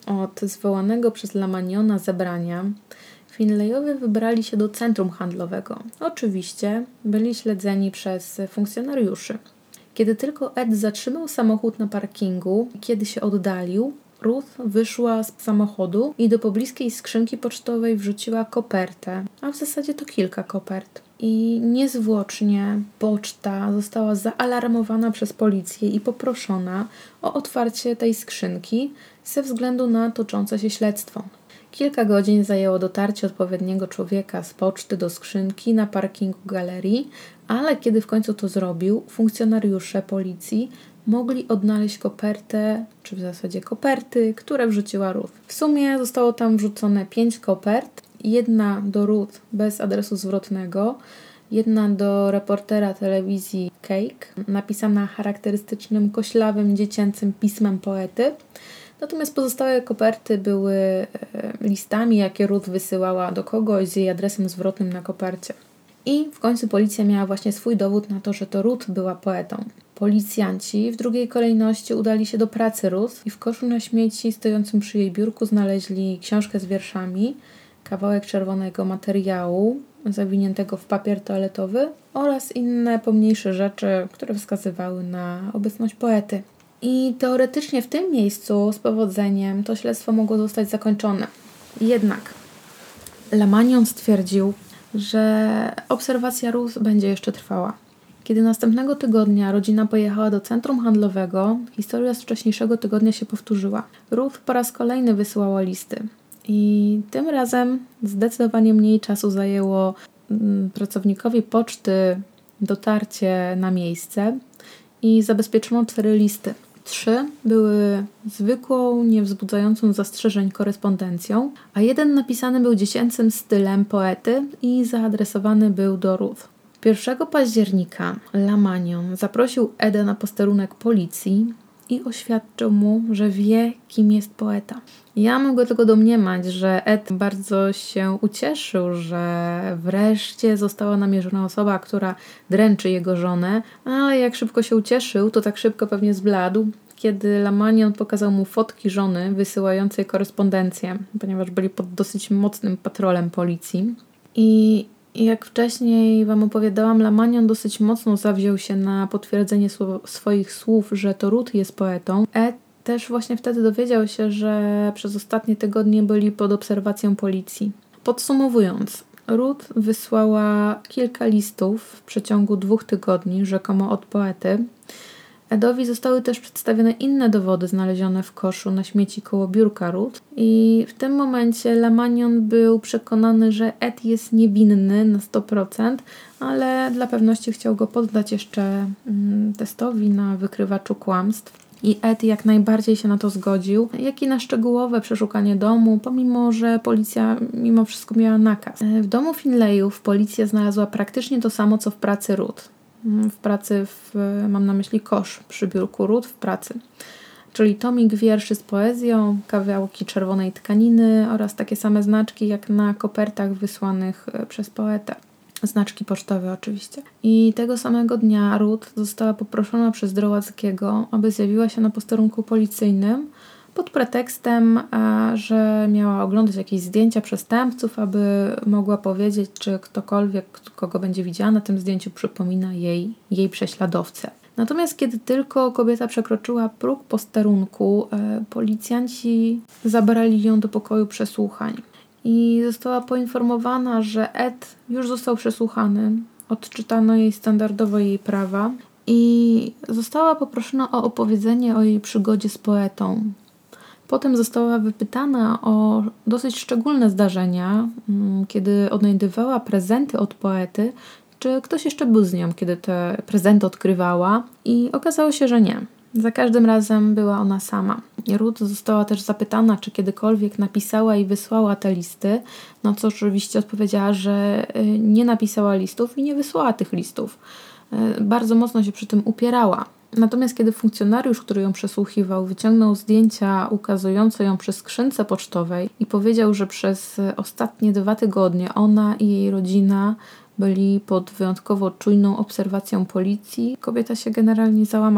od zwołanego przez Lamaniona zebrania, Finlayowie wybrali się do centrum handlowego. Oczywiście byli śledzeni przez funkcjonariuszy. Kiedy tylko Ed zatrzymał samochód na parkingu, kiedy się oddalił, Ruth wyszła z samochodu i do pobliskiej skrzynki pocztowej wrzuciła kopertę, a w zasadzie to kilka kopert. I niezwłocznie poczta została zaalarmowana przez policję i poproszona o otwarcie tej skrzynki ze względu na toczące się śledztwo. Kilka godzin zajęło dotarcie odpowiedniego człowieka z poczty do skrzynki na parkingu galerii, ale kiedy w końcu to zrobił, funkcjonariusze policji mogli odnaleźć kopertę, czy w zasadzie koperty, które wrzuciła Ruth. W sumie zostało tam wrzucone 5 kopert, jedna do Ruth bez adresu zwrotnego, jedna do reportera telewizji Cake, napisana charakterystycznym, koślawym, dziecięcym pismem poety. Natomiast pozostałe koperty były listami, jakie Ruth wysyłała do kogoś z jej adresem zwrotnym na kopercie. I w końcu policja miała właśnie swój dowód na to, że to Ruth była poetą. Policjanci w drugiej kolejności udali się do pracy Ruth i w koszu na śmieci stojącym przy jej biurku znaleźli książkę z wierszami, kawałek czerwonego materiału zawiniętego w papier toaletowy oraz inne pomniejsze rzeczy, które wskazywały na obecność poety. I teoretycznie w tym miejscu z powodzeniem to śledztwo mogło zostać zakończone. Jednak Lamanion stwierdził, że obserwacja Ruth będzie jeszcze trwała. Kiedy następnego tygodnia rodzina pojechała do centrum handlowego, historia z wcześniejszego tygodnia się powtórzyła. Ruth po raz kolejny wysyłała listy. I tym razem zdecydowanie mniej czasu zajęło pracownikowi poczty dotarcie na miejsce i zabezpieczono 4 listy. 3 były zwykłą, niewzbudzającą zastrzeżeń korespondencją, a 1 napisany był dziecięcym stylem poety i zaadresowany był do Ruth. 1 października Lamanion zaprosił Eda na posterunek policji i oświadczył mu, że wie, kim jest poeta. Ja mogę tylko domniemać, że Ed bardzo się ucieszył, że wreszcie została namierzona osoba, która dręczy jego żonę, ale jak szybko się ucieszył, to tak szybko pewnie zbladł, kiedy Lamanion pokazał mu fotki żony wysyłającej korespondencję, ponieważ byli pod dosyć mocnym patrolem policji. I jak wcześniej Wam opowiadałam, Lamanion dosyć mocno zawziął się na potwierdzenie swoich słów, że to Ruth jest poetą. Ed też właśnie wtedy dowiedział się, że przez ostatnie tygodnie byli pod obserwacją policji. Podsumowując, Ruth wysłała kilka listów w przeciągu 2 tygodni, rzekomo od poety. Edowi zostały też przedstawione inne dowody znalezione w koszu na śmieci koło biurka Ruth i w tym momencie Lamanion był przekonany, że Ed jest niewinny na 100%, ale dla pewności chciał go poddać jeszcze testowi na wykrywaczu kłamstw. I Ed jak najbardziej się na to zgodził, jak i na szczegółowe przeszukanie domu, pomimo że policja mimo wszystko miała nakaz. W domu Finlayów policja znalazła praktycznie to samo, co w pracy Ruth. Mam na myśli kosz przy biurku Ruth w pracy. Czyli tomik wierszy z poezją, kawałki czerwonej tkaniny oraz takie same znaczki jak na kopertach wysłanych przez poetę. Znaczki pocztowe oczywiście. I tego samego dnia Ruth została poproszona przez Drowackiego, aby zjawiła się na posterunku policyjnym pod pretekstem, że miała oglądać jakieś zdjęcia przestępców, aby mogła powiedzieć, czy ktokolwiek, kogo będzie widziała na tym zdjęciu, przypomina jej prześladowcę. Natomiast kiedy tylko kobieta przekroczyła próg posterunku, policjanci zabrali ją do pokoju przesłuchań. I została poinformowana, że Ed już został przesłuchany, odczytano jej standardowo jej prawa i została poproszona o opowiedzenie o jej przygodzie z poetą. Potem została wypytana o dosyć szczególne zdarzenia, kiedy odnajdywała prezenty od poety, czy ktoś jeszcze był z nią, kiedy te prezenty odkrywała i okazało się, że nie. Za każdym razem była ona sama. Ruth została też zapytana, czy kiedykolwiek napisała i wysłała te listy, na co oczywiście odpowiedziała, że nie napisała listów i nie wysłała tych listów. Bardzo mocno się przy tym upierała. Natomiast kiedy funkcjonariusz, który ją przesłuchiwał, wyciągnął zdjęcia ukazujące ją przy skrzynce pocztowej i powiedział, że przez ostatnie 2 tygodnie ona i jej rodzina byli pod wyjątkowo czujną obserwacją policji, kobieta się generalnie załamała.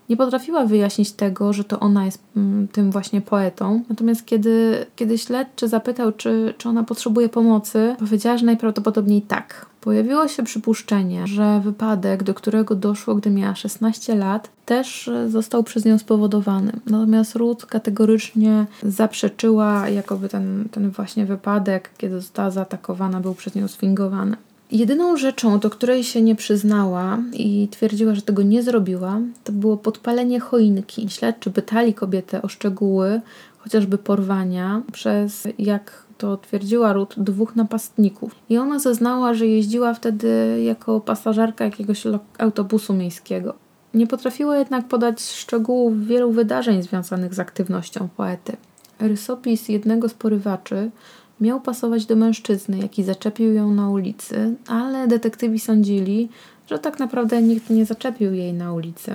Nie potrafiła wyjaśnić tego, że to ona jest tym właśnie poetą. Natomiast kiedy śledczy zapytał, czy ona potrzebuje pomocy, powiedziała, że najprawdopodobniej tak. Pojawiło się przypuszczenie, że wypadek, do którego doszło, gdy miała 16 lat, też został przez nią spowodowany. Natomiast Ruth kategorycznie zaprzeczyła, jakoby ten właśnie wypadek, kiedy została zaatakowana, był przez nią sfingowany. Jedyną rzeczą, do której się nie przyznała i twierdziła, że tego nie zrobiła, to było podpalenie choinki. Śledczy pytali kobietę o szczegóły, chociażby porwania, przez, jak to twierdziła Ruth, 2 napastników. I ona zeznała, że jeździła wtedy jako pasażerka jakiegoś autobusu miejskiego. Nie potrafiła jednak podać szczegółów wielu wydarzeń związanych z aktywnością poety. Rysopis jednego z porywaczy miał pasować do mężczyzny, jaki zaczepił ją na ulicy, ale detektywi sądzili, że tak naprawdę nikt nie zaczepił jej na ulicy.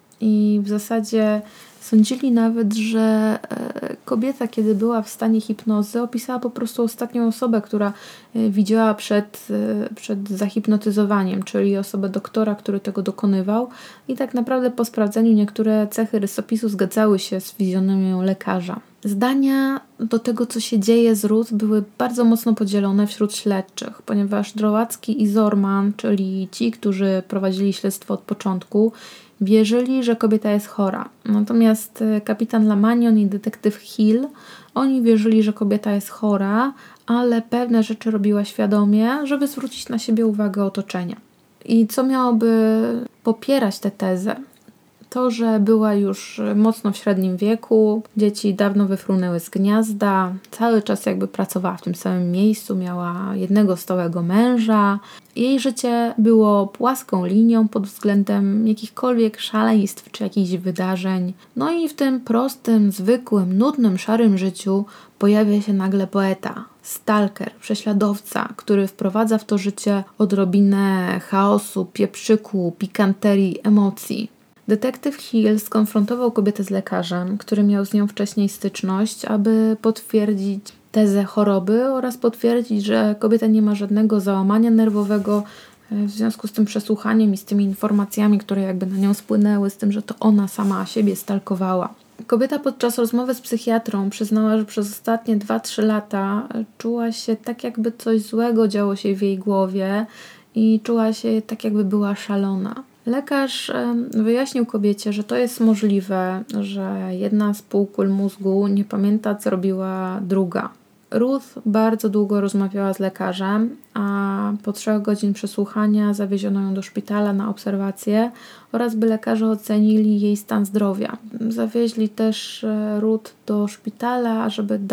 I w zasadzie sądzili nawet, że kobieta, kiedy była w stanie hipnozy, opisała po prostu ostatnią osobę, która widziała przed zahipnotyzowaniem, czyli osobę doktora, który tego dokonywał. I tak naprawdę po sprawdzeniu niektóre cechy rysopisu zgadzały się z fizjonomią lekarza. Zdania do tego, co się dzieje z Ruth, były bardzo mocno podzielone wśród śledczych, ponieważ Drowacki i Zorman, czyli ci, którzy prowadzili śledztwo od początku, wierzyli, że kobieta jest chora. Natomiast kapitan Lamagnon i detektyw Hill, oni wierzyli, że kobieta jest chora, ale pewne rzeczy robiła świadomie, żeby zwrócić na siebie uwagę otoczenia. I co miałoby popierać tę tezę? To, że była już mocno w średnim wieku, dzieci dawno wyfrunęły z gniazda, cały czas jakby pracowała w tym samym miejscu, miała jednego stałego męża. Jej życie było płaską linią pod względem jakichkolwiek szaleństw czy jakichś wydarzeń. No i w tym prostym, zwykłym, nudnym, szarym życiu pojawia się nagle poeta, stalker, prześladowca, który wprowadza w to życie odrobinę chaosu, pieprzyku, pikanterii, emocji. Detektyw Hill skonfrontował kobietę z lekarzem, który miał z nią wcześniej styczność, aby potwierdzić tezę choroby oraz potwierdzić, że kobieta nie ma żadnego załamania nerwowego w związku z tym przesłuchaniem i z tymi informacjami, które jakby na nią spłynęły, z tym, że to ona sama siebie stalkowała. Kobieta podczas rozmowy z psychiatrą przyznała, że przez ostatnie 2-3 lata czuła się tak, jakby coś złego działo się w jej głowie i czuła się tak, jakby była szalona. Lekarz wyjaśnił kobiecie, że to jest możliwe, że jedna z półkul mózgu nie pamięta, co robiła druga. Ruth bardzo długo rozmawiała z lekarzem, a po 3 godzin przesłuchania zawieziono ją do szpitala na obserwację oraz by lekarze ocenili jej stan zdrowia. Zawieźli też Ruth do szpitala,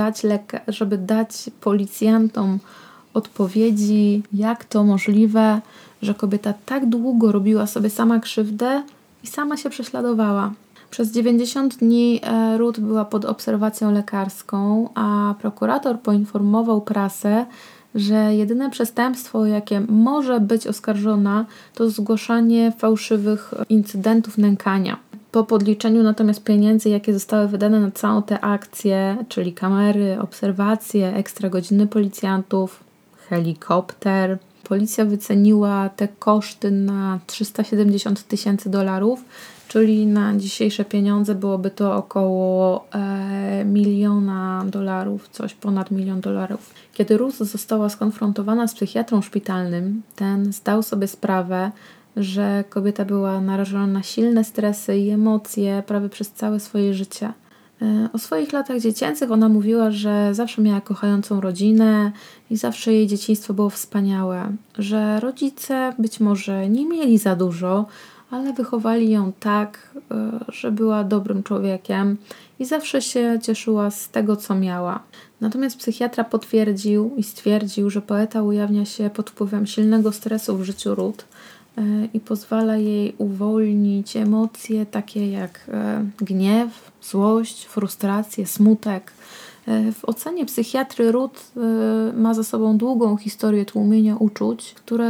żeby dać policjantom odpowiedzi, jak to możliwe, że kobieta tak długo robiła sobie sama krzywdę i sama się prześladowała. Przez 90 dni Ruth była pod obserwacją lekarską, a prokurator poinformował prasę, że jedyne przestępstwo, o jakie może być oskarżona, to zgłaszanie fałszywych incydentów nękania. Po podliczeniu natomiast pieniędzy, jakie zostały wydane na całą tę akcję, czyli kamery, obserwacje, ekstra godziny policjantów, helikopter, policja wyceniła te koszty na $370,000, czyli na dzisiejsze pieniądze byłoby to około $1 miliona, coś ponad $1 milion. Kiedy Ruth została skonfrontowana z psychiatrą szpitalnym, ten zdał sobie sprawę, że kobieta była narażona na silne stresy i emocje prawie przez całe swoje życie. O swoich latach dziecięcych ona mówiła, że zawsze miała kochającą rodzinę i zawsze jej dzieciństwo było wspaniałe, że rodzice być może nie mieli za dużo, ale wychowali ją tak, że była dobrym człowiekiem i zawsze się cieszyła z tego, co miała. Natomiast psychiatra potwierdził i stwierdził, że poeta ujawnia się pod wpływem silnego stresu w życiu Ruth i pozwala jej uwolnić emocje takie jak gniew, złość, frustrację, smutek. W ocenie psychiatry Ruth ma za sobą długą historię tłumienia uczuć, które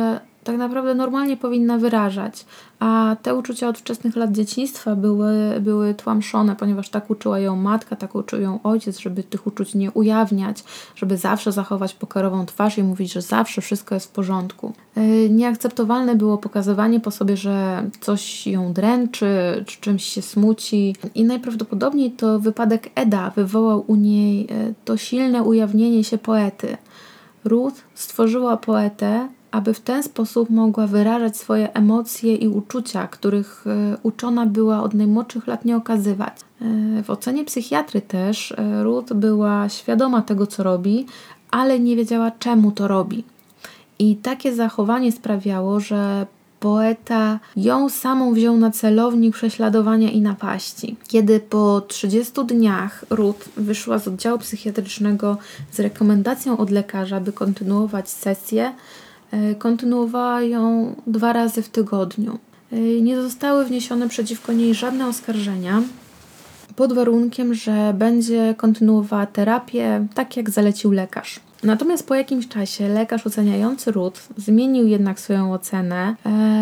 tak naprawdę normalnie powinna wyrażać, a te uczucia od wczesnych lat dzieciństwa były tłamszone, ponieważ tak uczyła ją matka, tak uczył ją ojciec, żeby tych uczuć nie ujawniać, żeby zawsze zachować pokerową twarz i mówić, że zawsze wszystko jest w porządku. Nieakceptowalne było pokazywanie po sobie, że coś ją dręczy, czy czymś się smuci i najprawdopodobniej to wypadek Eda wywołał u niej to silne ujawnienie się poety. Ruth stworzyła poetę, aby w ten sposób mogła wyrażać swoje emocje i uczucia, których uczona była od najmłodszych lat nie okazywać. W ocenie psychiatry też Ruth była świadoma tego, co robi, ale nie wiedziała, czemu to robi. I takie zachowanie sprawiało, że poeta ją samą wziął na celownik prześladowania i napaści. Kiedy po 30 dniach Ruth wyszła z oddziału psychiatrycznego z rekomendacją od lekarza, by kontynuować sesję, kontynuowała ją 2 razy w tygodniu. Nie zostały wniesione przeciwko niej żadne oskarżenia, pod warunkiem, że będzie kontynuowała terapię tak, jak zalecił lekarz. Natomiast po jakimś czasie lekarz oceniający Ruth zmienił jednak swoją ocenę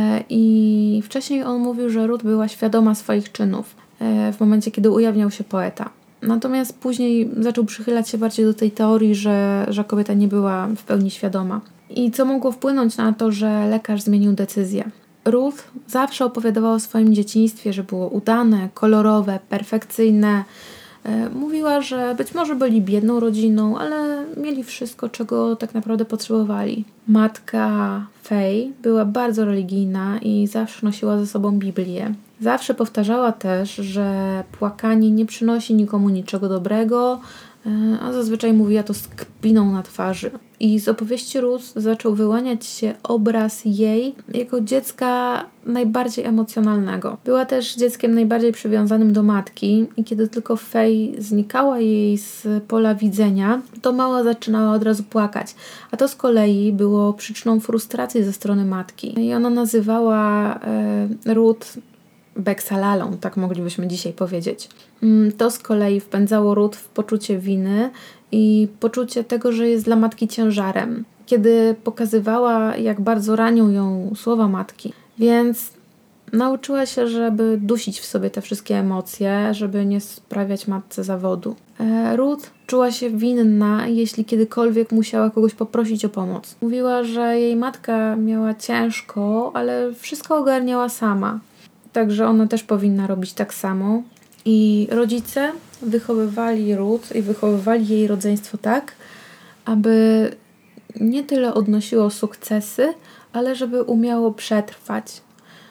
i wcześniej on mówił, że Ruth była świadoma swoich czynów w momencie, kiedy ujawniał się poeta. Natomiast później zaczął przychylać się bardziej do tej teorii, że kobieta nie była w pełni świadoma. I co mogło wpłynąć na to, że lekarz zmienił decyzję. Ruth zawsze opowiadała o swoim dzieciństwie, że było udane, kolorowe, perfekcyjne. Mówiła, że być może byli biedną rodziną, ale mieli wszystko, czego tak naprawdę potrzebowali. Matka Faye była bardzo religijna i zawsze nosiła ze sobą Biblię. Zawsze powtarzała też, że płakanie nie przynosi nikomu niczego dobrego, a zazwyczaj mówiła to z kpiną na twarzy. I z opowieści Ruth zaczął wyłaniać się obraz jej jako dziecka najbardziej emocjonalnego. Była też dzieckiem najbardziej przywiązanym do matki i kiedy tylko Faye znikała jej z pola widzenia, to mała zaczynała od razu płakać. A to z kolei było przyczyną frustracji ze strony matki. I ona nazywała Ruth Beksalalą, tak moglibyśmy dzisiaj powiedzieć. To z kolei wpędzało Ruth w poczucie winy i poczucie tego, że jest dla matki ciężarem, kiedy pokazywała, jak bardzo ranią ją słowa matki. Więc nauczyła się, żeby dusić w sobie te wszystkie emocje, żeby nie sprawiać matce zawodu. Ruth czuła się winna, jeśli kiedykolwiek musiała kogoś poprosić o pomoc. Mówiła, że jej matka miała ciężko, ale wszystko ogarniała sama. Także ona też powinna robić tak samo. I rodzice wychowywali Ruth i wychowywali jej rodzeństwo tak, aby nie tyle odnosiło sukcesy, ale żeby umiało przetrwać.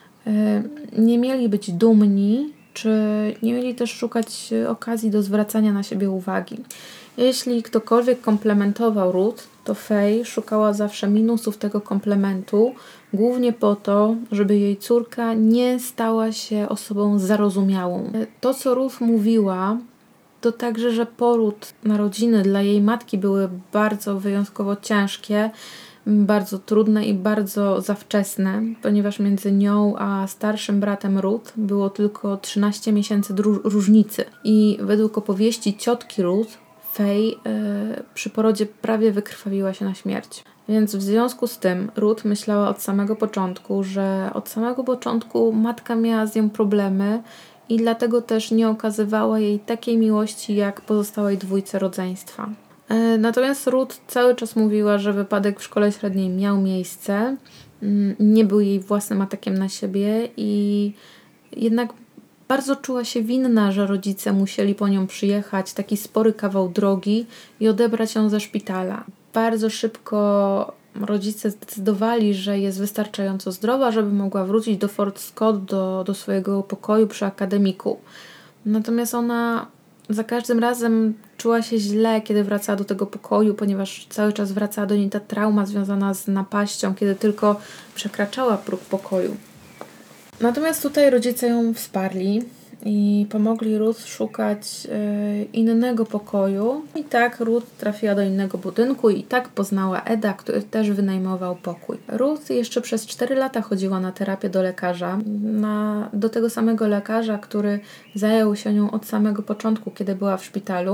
Nie mieli być dumni, czy nie mieli też szukać okazji do zwracania na siebie uwagi. Jeśli ktokolwiek komplementował Ruth, to Faye szukała zawsze minusów tego komplementu, głównie po to, żeby jej córka nie stała się osobą zarozumiałą. To, co Ruth mówiła, to także, że poród, narodziny dla jej matki były bardzo wyjątkowo ciężkie, bardzo trudne i bardzo za wczesne, ponieważ między nią a starszym bratem Ruth było tylko 13 miesięcy różnicy. I według opowieści ciotki Ruth, Faye przy porodzie prawie wykrwawiła się na śmierć. Więc w związku z tym Ruth myślała od samego początku, że od samego początku matka miała z nią problemy i dlatego też nie okazywała jej takiej miłości jak pozostałej dwójce rodzeństwa. Natomiast Ruth cały czas mówiła, że wypadek w szkole średniej miał miejsce, nie był jej własnym atakiem na siebie i jednak bardzo czuła się winna, że rodzice musieli po nią przyjechać taki spory kawał drogi i odebrać ją ze szpitala. Bardzo szybko rodzice zdecydowali, że jest wystarczająco zdrowa, żeby mogła wrócić do Fort Scott, do swojego pokoju przy akademiku. Natomiast ona za każdym razem czuła się źle, kiedy wracała do tego pokoju, ponieważ cały czas wracała do niej ta trauma związana z napaścią, kiedy tylko przekraczała próg pokoju. Natomiast tutaj rodzice ją wsparli i pomogli Ruth szukać innego pokoju. I tak Ruth trafiła do innego budynku i tak poznała Eda, który też wynajmował pokój. Ruth jeszcze przez 4 lata chodziła na terapię do lekarza, do tego samego lekarza, który zajął się nią od samego początku, kiedy była w szpitalu.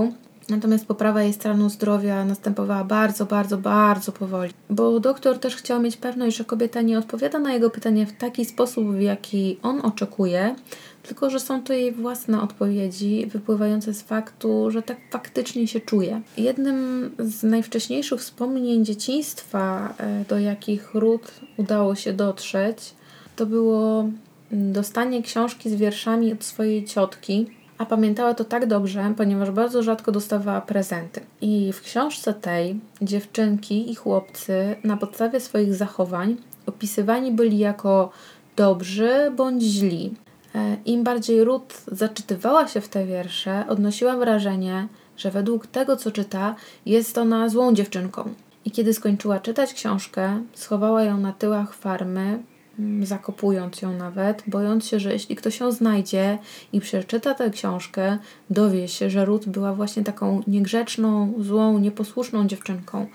Natomiast poprawa jej stanu zdrowia następowała bardzo, bardzo, bardzo powoli. Bo doktor też chciał mieć pewność, że kobieta nie odpowiada na jego pytania w taki sposób, w jaki on oczekuje, tylko że są to jej własne odpowiedzi wypływające z faktu, że tak faktycznie się czuje. Jednym z najwcześniejszych wspomnień dzieciństwa, do jakich Ruth udało się dotrzeć, to było dostanie książki z wierszami od swojej ciotki, a pamiętała to tak dobrze, ponieważ bardzo rzadko dostawała prezenty. I w książce tej dziewczynki i chłopcy na podstawie swoich zachowań opisywani byli jako dobrzy bądź źli. Im bardziej Ruth zaczytywała się w te wiersze, odnosiła wrażenie, że według tego, co czyta, jest ona złą dziewczynką. I kiedy skończyła czytać książkę, schowała ją na tyłach farmy, zakopując ją nawet, bojąc się, że jeśli ktoś ją znajdzie i przeczyta tę książkę, dowie się, że Ruth była właśnie taką niegrzeczną, złą, nieposłuszną dziewczynką.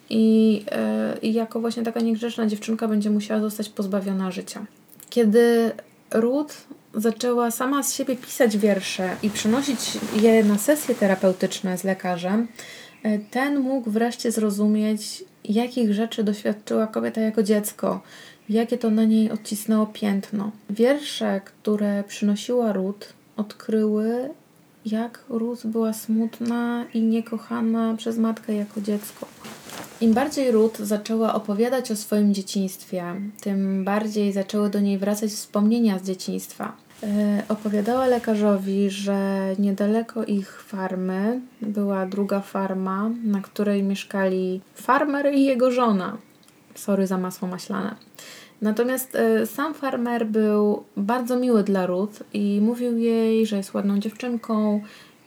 I jako właśnie taka niegrzeczna dziewczynka będzie musiała zostać pozbawiona życia. Kiedy Ruth zaczęła sama z siebie pisać wiersze i przynosić je na sesje terapeutyczne z lekarzem, ten mógł wreszcie zrozumieć, jakich rzeczy doświadczyła kobieta jako dziecko, jakie to na niej odcisnęło piętno. Wiersze, które przynosiła Ruth, odkryły, jak Ruth była smutna i niekochana przez matkę jako dziecko. Im bardziej Ruth zaczęła opowiadać o swoim dzieciństwie, tym bardziej zaczęły do niej wracać wspomnienia z dzieciństwa. Opowiadała lekarzowi, że niedaleko ich farmy była druga farma, na której mieszkali farmer i jego żona. Sorry za masło maślane. Natomiast sam farmer był bardzo miły dla Ruth i mówił jej, że jest ładną dziewczynką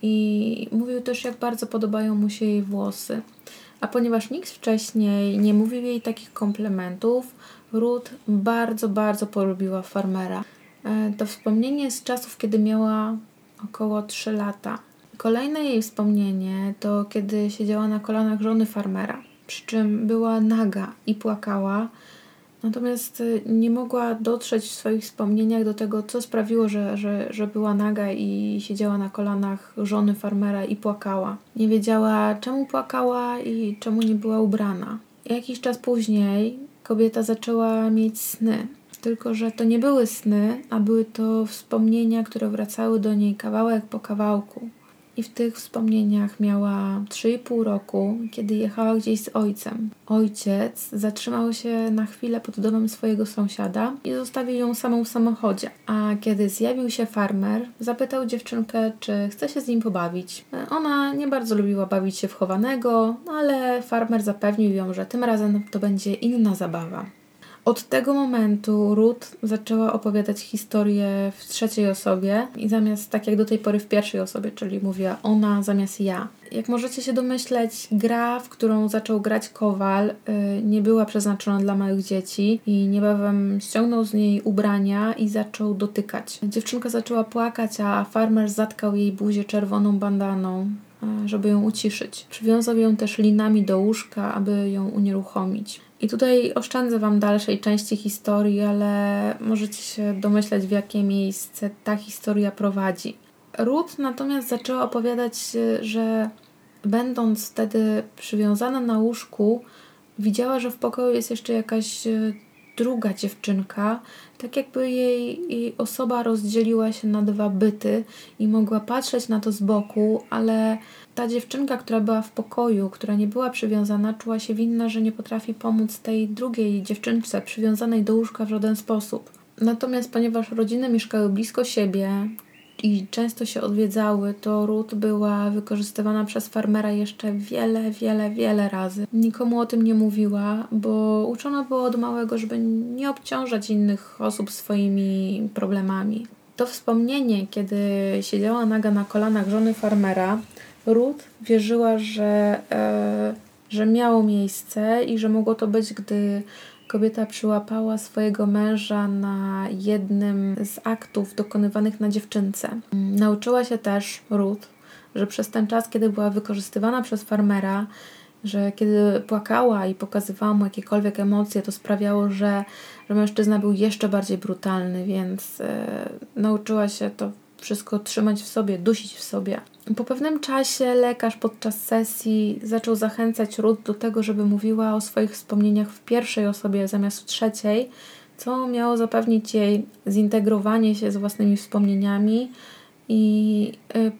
i mówił też, jak bardzo podobają mu się jej włosy. A ponieważ nikt wcześniej nie mówił jej takich komplementów, Ruth bardzo, bardzo polubiła farmera. To wspomnienie z czasów, kiedy miała około 3 lata. Kolejne jej wspomnienie to kiedy siedziała na kolanach żony farmera, przy czym była naga i płakała, natomiast nie mogła dotrzeć w swoich wspomnieniach do tego, co sprawiło, że była naga i siedziała na kolanach żony farmera i płakała. Nie wiedziała, czemu płakała i czemu nie była ubrana. Jakiś czas później kobieta zaczęła mieć sny. Tylko że to nie były sny, a były to wspomnienia, które wracały do niej kawałek po kawałku. I w tych wspomnieniach miała 3,5 roku, kiedy jechała gdzieś z ojcem. Ojciec zatrzymał się na chwilę pod domem swojego sąsiada i zostawił ją samą w samochodzie. A kiedy zjawił się farmer, zapytał dziewczynkę, czy chce się z nim pobawić. Ona nie bardzo lubiła bawić się w chowanego, ale farmer zapewnił ją, że tym razem to będzie inna zabawa. Od tego momentu Ruth zaczęła opowiadać historię w trzeciej osobie i zamiast tak jak do tej pory w pierwszej osobie, czyli mówiła ona zamiast ja. Jak możecie się domyśleć, gra, w którą zaczął grać Kowal, nie była przeznaczona dla małych dzieci i niebawem ściągnął z niej ubrania i zaczął dotykać. Dziewczynka zaczęła płakać, a farmer zatkał jej buzię czerwoną bandaną, żeby ją uciszyć. Przywiązał ją też linami do łóżka, aby ją unieruchomić. I tutaj oszczędzę Wam dalszej części historii, ale możecie się domyśleć, w jakie miejsce ta historia prowadzi. Ruth natomiast zaczęła opowiadać, że będąc wtedy przywiązana na łóżku, widziała, że w pokoju jest jeszcze jakaś druga dziewczynka, tak jakby jej osoba rozdzieliła się na 2 byty i mogła patrzeć na to z boku, ale ta dziewczynka, która była w pokoju, która nie była przywiązana, czuła się winna, że nie potrafi pomóc tej drugiej dziewczynce przywiązanej do łóżka w żaden sposób. Natomiast ponieważ rodziny mieszkały blisko siebie i często się odwiedzały, to Ruth była wykorzystywana przez farmera jeszcze wiele razy. Nikomu o tym nie mówiła, bo uczona była od małego, żeby nie obciążać innych osób swoimi problemami. To wspomnienie, kiedy siedziała naga na kolanach żony farmera, Ruth wierzyła, że miało miejsce i że mogło to być, gdy kobieta przyłapała swojego męża na jednym z aktów dokonywanych na dziewczynce. Nauczyła się też Ruth, że przez ten czas, kiedy była wykorzystywana przez farmera, że kiedy płakała i pokazywała mu jakiekolwiek emocje, to sprawiało, że mężczyzna był jeszcze bardziej brutalny, więc nauczyła się to wszystko trzymać w sobie, dusić w sobie. Po pewnym czasie lekarz podczas sesji zaczął zachęcać Ruth do tego, żeby mówiła o swoich wspomnieniach w pierwszej osobie zamiast w trzeciej, co miało zapewnić jej zintegrowanie się z własnymi wspomnieniami i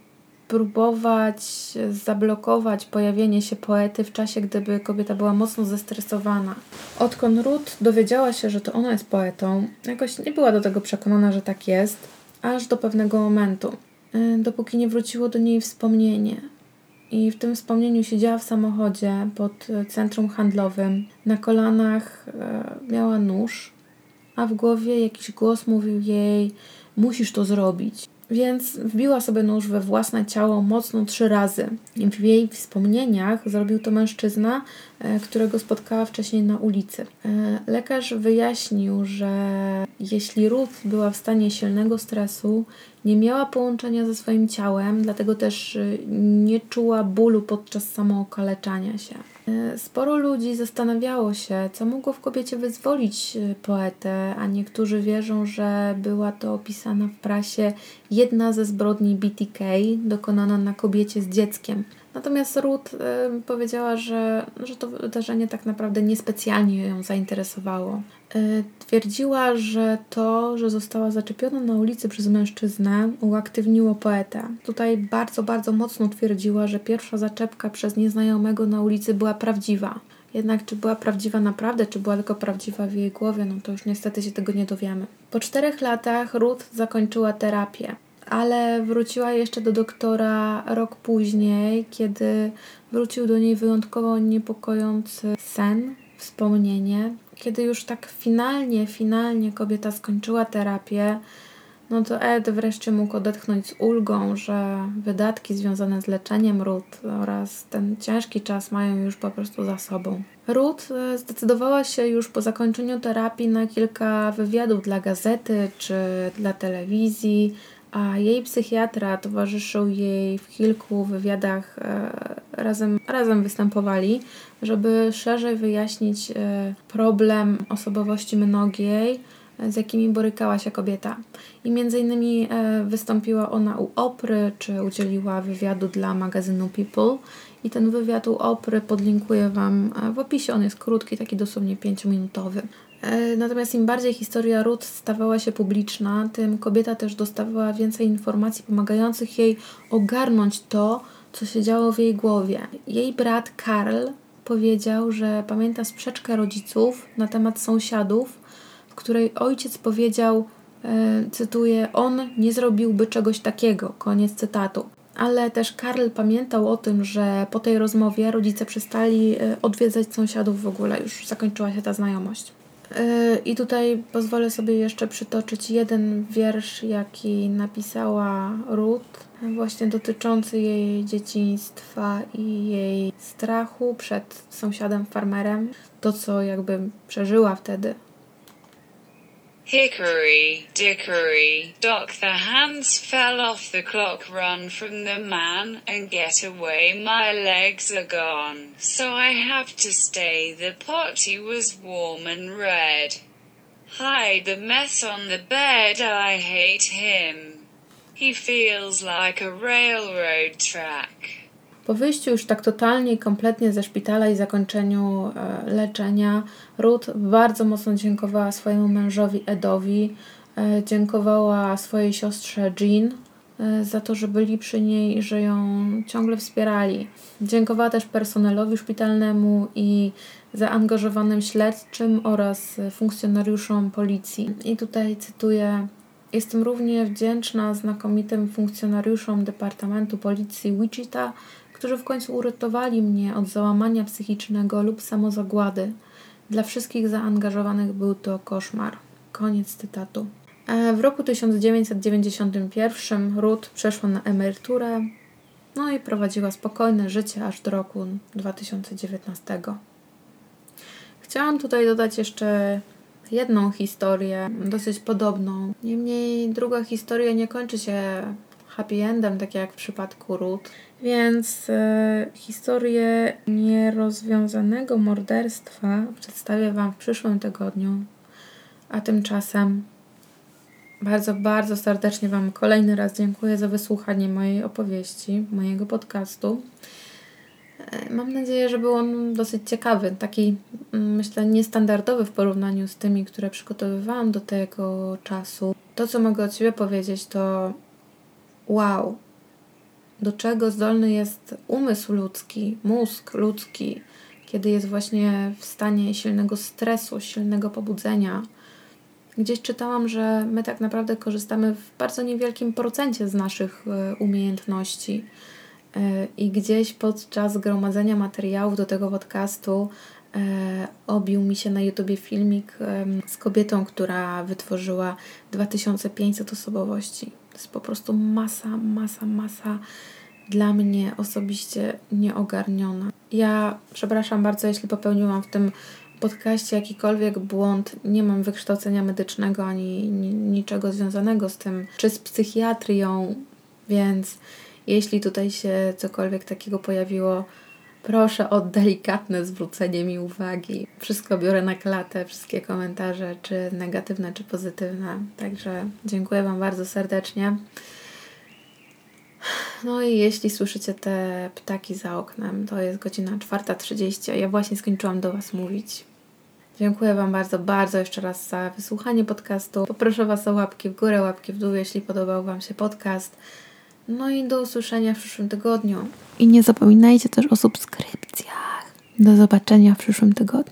próbować zablokować pojawienie się poety w czasie, gdyby kobieta była mocno zestresowana. Odkąd Ruth dowiedziała się, że to ona jest poetą, jakoś nie była do tego przekonana, że tak jest, aż do pewnego momentu, dopóki nie wróciło do niej wspomnienie. I w tym wspomnieniu siedziała w samochodzie pod centrum handlowym. Na kolanach miała nóż, a w głowie jakiś głos mówił jej: musisz to zrobić. Więc wbiła sobie nóż we własne ciało mocno 3 razy. W jej wspomnieniach zrobił to mężczyzna, którego spotkała wcześniej na ulicy. Lekarz wyjaśnił, że jeśli Ruth była w stanie silnego stresu, nie miała połączenia ze swoim ciałem, dlatego też nie czuła bólu podczas samookaleczania się. Sporo ludzi zastanawiało się, co mogło w kobiecie wyzwolić poetę, a niektórzy wierzą, że była to opisana w prasie jedna ze zbrodni BTK dokonana na kobiecie z dzieckiem. Natomiast Ruth powiedziała, że to wydarzenie tak naprawdę niespecjalnie ją zainteresowało. Twierdziła, że to, że została zaczepiona na ulicy przez mężczyznę, uaktywniło poetę. Tutaj bardzo, bardzo mocno twierdziła, że pierwsza zaczepka przez nieznajomego na ulicy była prawdziwa. Jednak czy była prawdziwa naprawdę, czy była tylko prawdziwa w jej głowie, no to już niestety się tego nie dowiemy. Po 4 latach Ruth zakończyła terapię, ale wróciła jeszcze do doktora rok później, kiedy wrócił do niej wyjątkowo niepokojący sen, wspomnienie. Kiedy już tak finalnie kobieta skończyła terapię, no to Ed wreszcie mógł odetchnąć z ulgą, że wydatki związane z leczeniem Ruth oraz ten ciężki czas mają już po prostu za sobą. Ruth zdecydowała się już po zakończeniu terapii na kilka wywiadów dla gazety czy dla telewizji, a jej psychiatra towarzyszył jej w kilku wywiadach, razem występowali, żeby szerzej wyjaśnić problem osobowości mnogiej, z jakimi borykała się kobieta. I między innymi wystąpiła ona u Opry, czy udzieliła wywiadu dla magazynu People. I ten wywiad u Opry podlinkuję Wam w opisie. On jest krótki, taki dosłownie 5-minutowy. Natomiast im bardziej historia Ruth stawała się publiczna, tym kobieta też dostawała więcej informacji pomagających jej ogarnąć to, co się działo w jej głowie. Jej brat Karl powiedział, że pamięta sprzeczkę rodziców na temat sąsiadów, w której ojciec powiedział, cytuję: on nie zrobiłby czegoś takiego, koniec cytatu. Ale też Karl pamiętał o tym, że po tej rozmowie rodzice przestali odwiedzać sąsiadów w ogóle, już zakończyła się ta znajomość. I tutaj pozwolę sobie jeszcze przytoczyć jeden wiersz, jaki napisała Ruth, właśnie dotyczący jej dzieciństwa i jej strachu przed sąsiadem farmerem, to co jakby przeżyła wtedy. Hickory, dickory, dock, the hands fell off the clock, run from the man and get away, my legs are gone, so I have to stay, the potty was warm and red. Hide the mess on the bed, I hate him. He feels like a railroad track. Po wyjściu już tak totalnie i kompletnie ze szpitala i zakończeniu leczenia, Ruth bardzo mocno dziękowała swojemu mężowi Edowi, dziękowała swojej siostrze Jean za to, że byli przy niej i że ją ciągle wspierali. Dziękowała też personelowi szpitalnemu i zaangażowanym śledczym oraz funkcjonariuszom policji. I tutaj cytuję: jestem równie wdzięczna znakomitym funkcjonariuszom Departamentu Policji Wichita, którzy w końcu uratowali mnie od załamania psychicznego lub samozagłady. Dla wszystkich zaangażowanych był to koszmar. Koniec cytatu. W roku 1991 Ruth przeszła na emeryturę, no i prowadziła spokojne życie aż do roku 2019. Chciałam tutaj dodać jeszcze jedną historię, dosyć podobną. Niemniej druga historia nie kończy się happy endem, tak jak w przypadku Ruth. Więc historię nierozwiązanego morderstwa przedstawię Wam w przyszłym tygodniu. A tymczasem Bardzo, bardzo serdecznie Wam kolejny raz dziękuję za wysłuchanie mojej opowieści, mojego podcastu. Mam nadzieję, że był on dosyć ciekawy, taki myślę niestandardowy w porównaniu z tymi, które przygotowywałam do tego czasu. To, co mogę od siebie powiedzieć, to wow, do czego zdolny jest umysł ludzki, mózg ludzki, kiedy jest właśnie w stanie silnego stresu, silnego pobudzenia. Gdzieś czytałam, że my tak naprawdę korzystamy w bardzo niewielkim procencie z naszych umiejętności. I gdzieś podczas gromadzenia materiałów do tego podcastu obił mi się na YouTubie filmik z kobietą, która wytworzyła 2500 osobowości. To jest po prostu masa dla mnie osobiście nieogarniona. Ja przepraszam bardzo, jeśli popełniłam w tym podcaście jakikolwiek błąd. Nie mam wykształcenia medycznego ani niczego związanego z tym, czy z psychiatrią, więc jeśli tutaj się cokolwiek takiego pojawiło, proszę o delikatne zwrócenie mi uwagi. Wszystko biorę na klatę, wszystkie komentarze, czy negatywne, czy pozytywne. Także dziękuję Wam bardzo serdecznie. No i jeśli słyszycie te ptaki za oknem, to jest godzina 4:30, a ja właśnie skończyłam do Was mówić. Dziękuję Wam bardzo jeszcze raz za wysłuchanie podcastu. Poproszę Was o łapki w górę, łapki w dół, jeśli podobał Wam się podcast. No i do usłyszenia w przyszłym tygodniu. I nie zapominajcie też o subskrypcjach. Do zobaczenia w przyszłym tygodniu.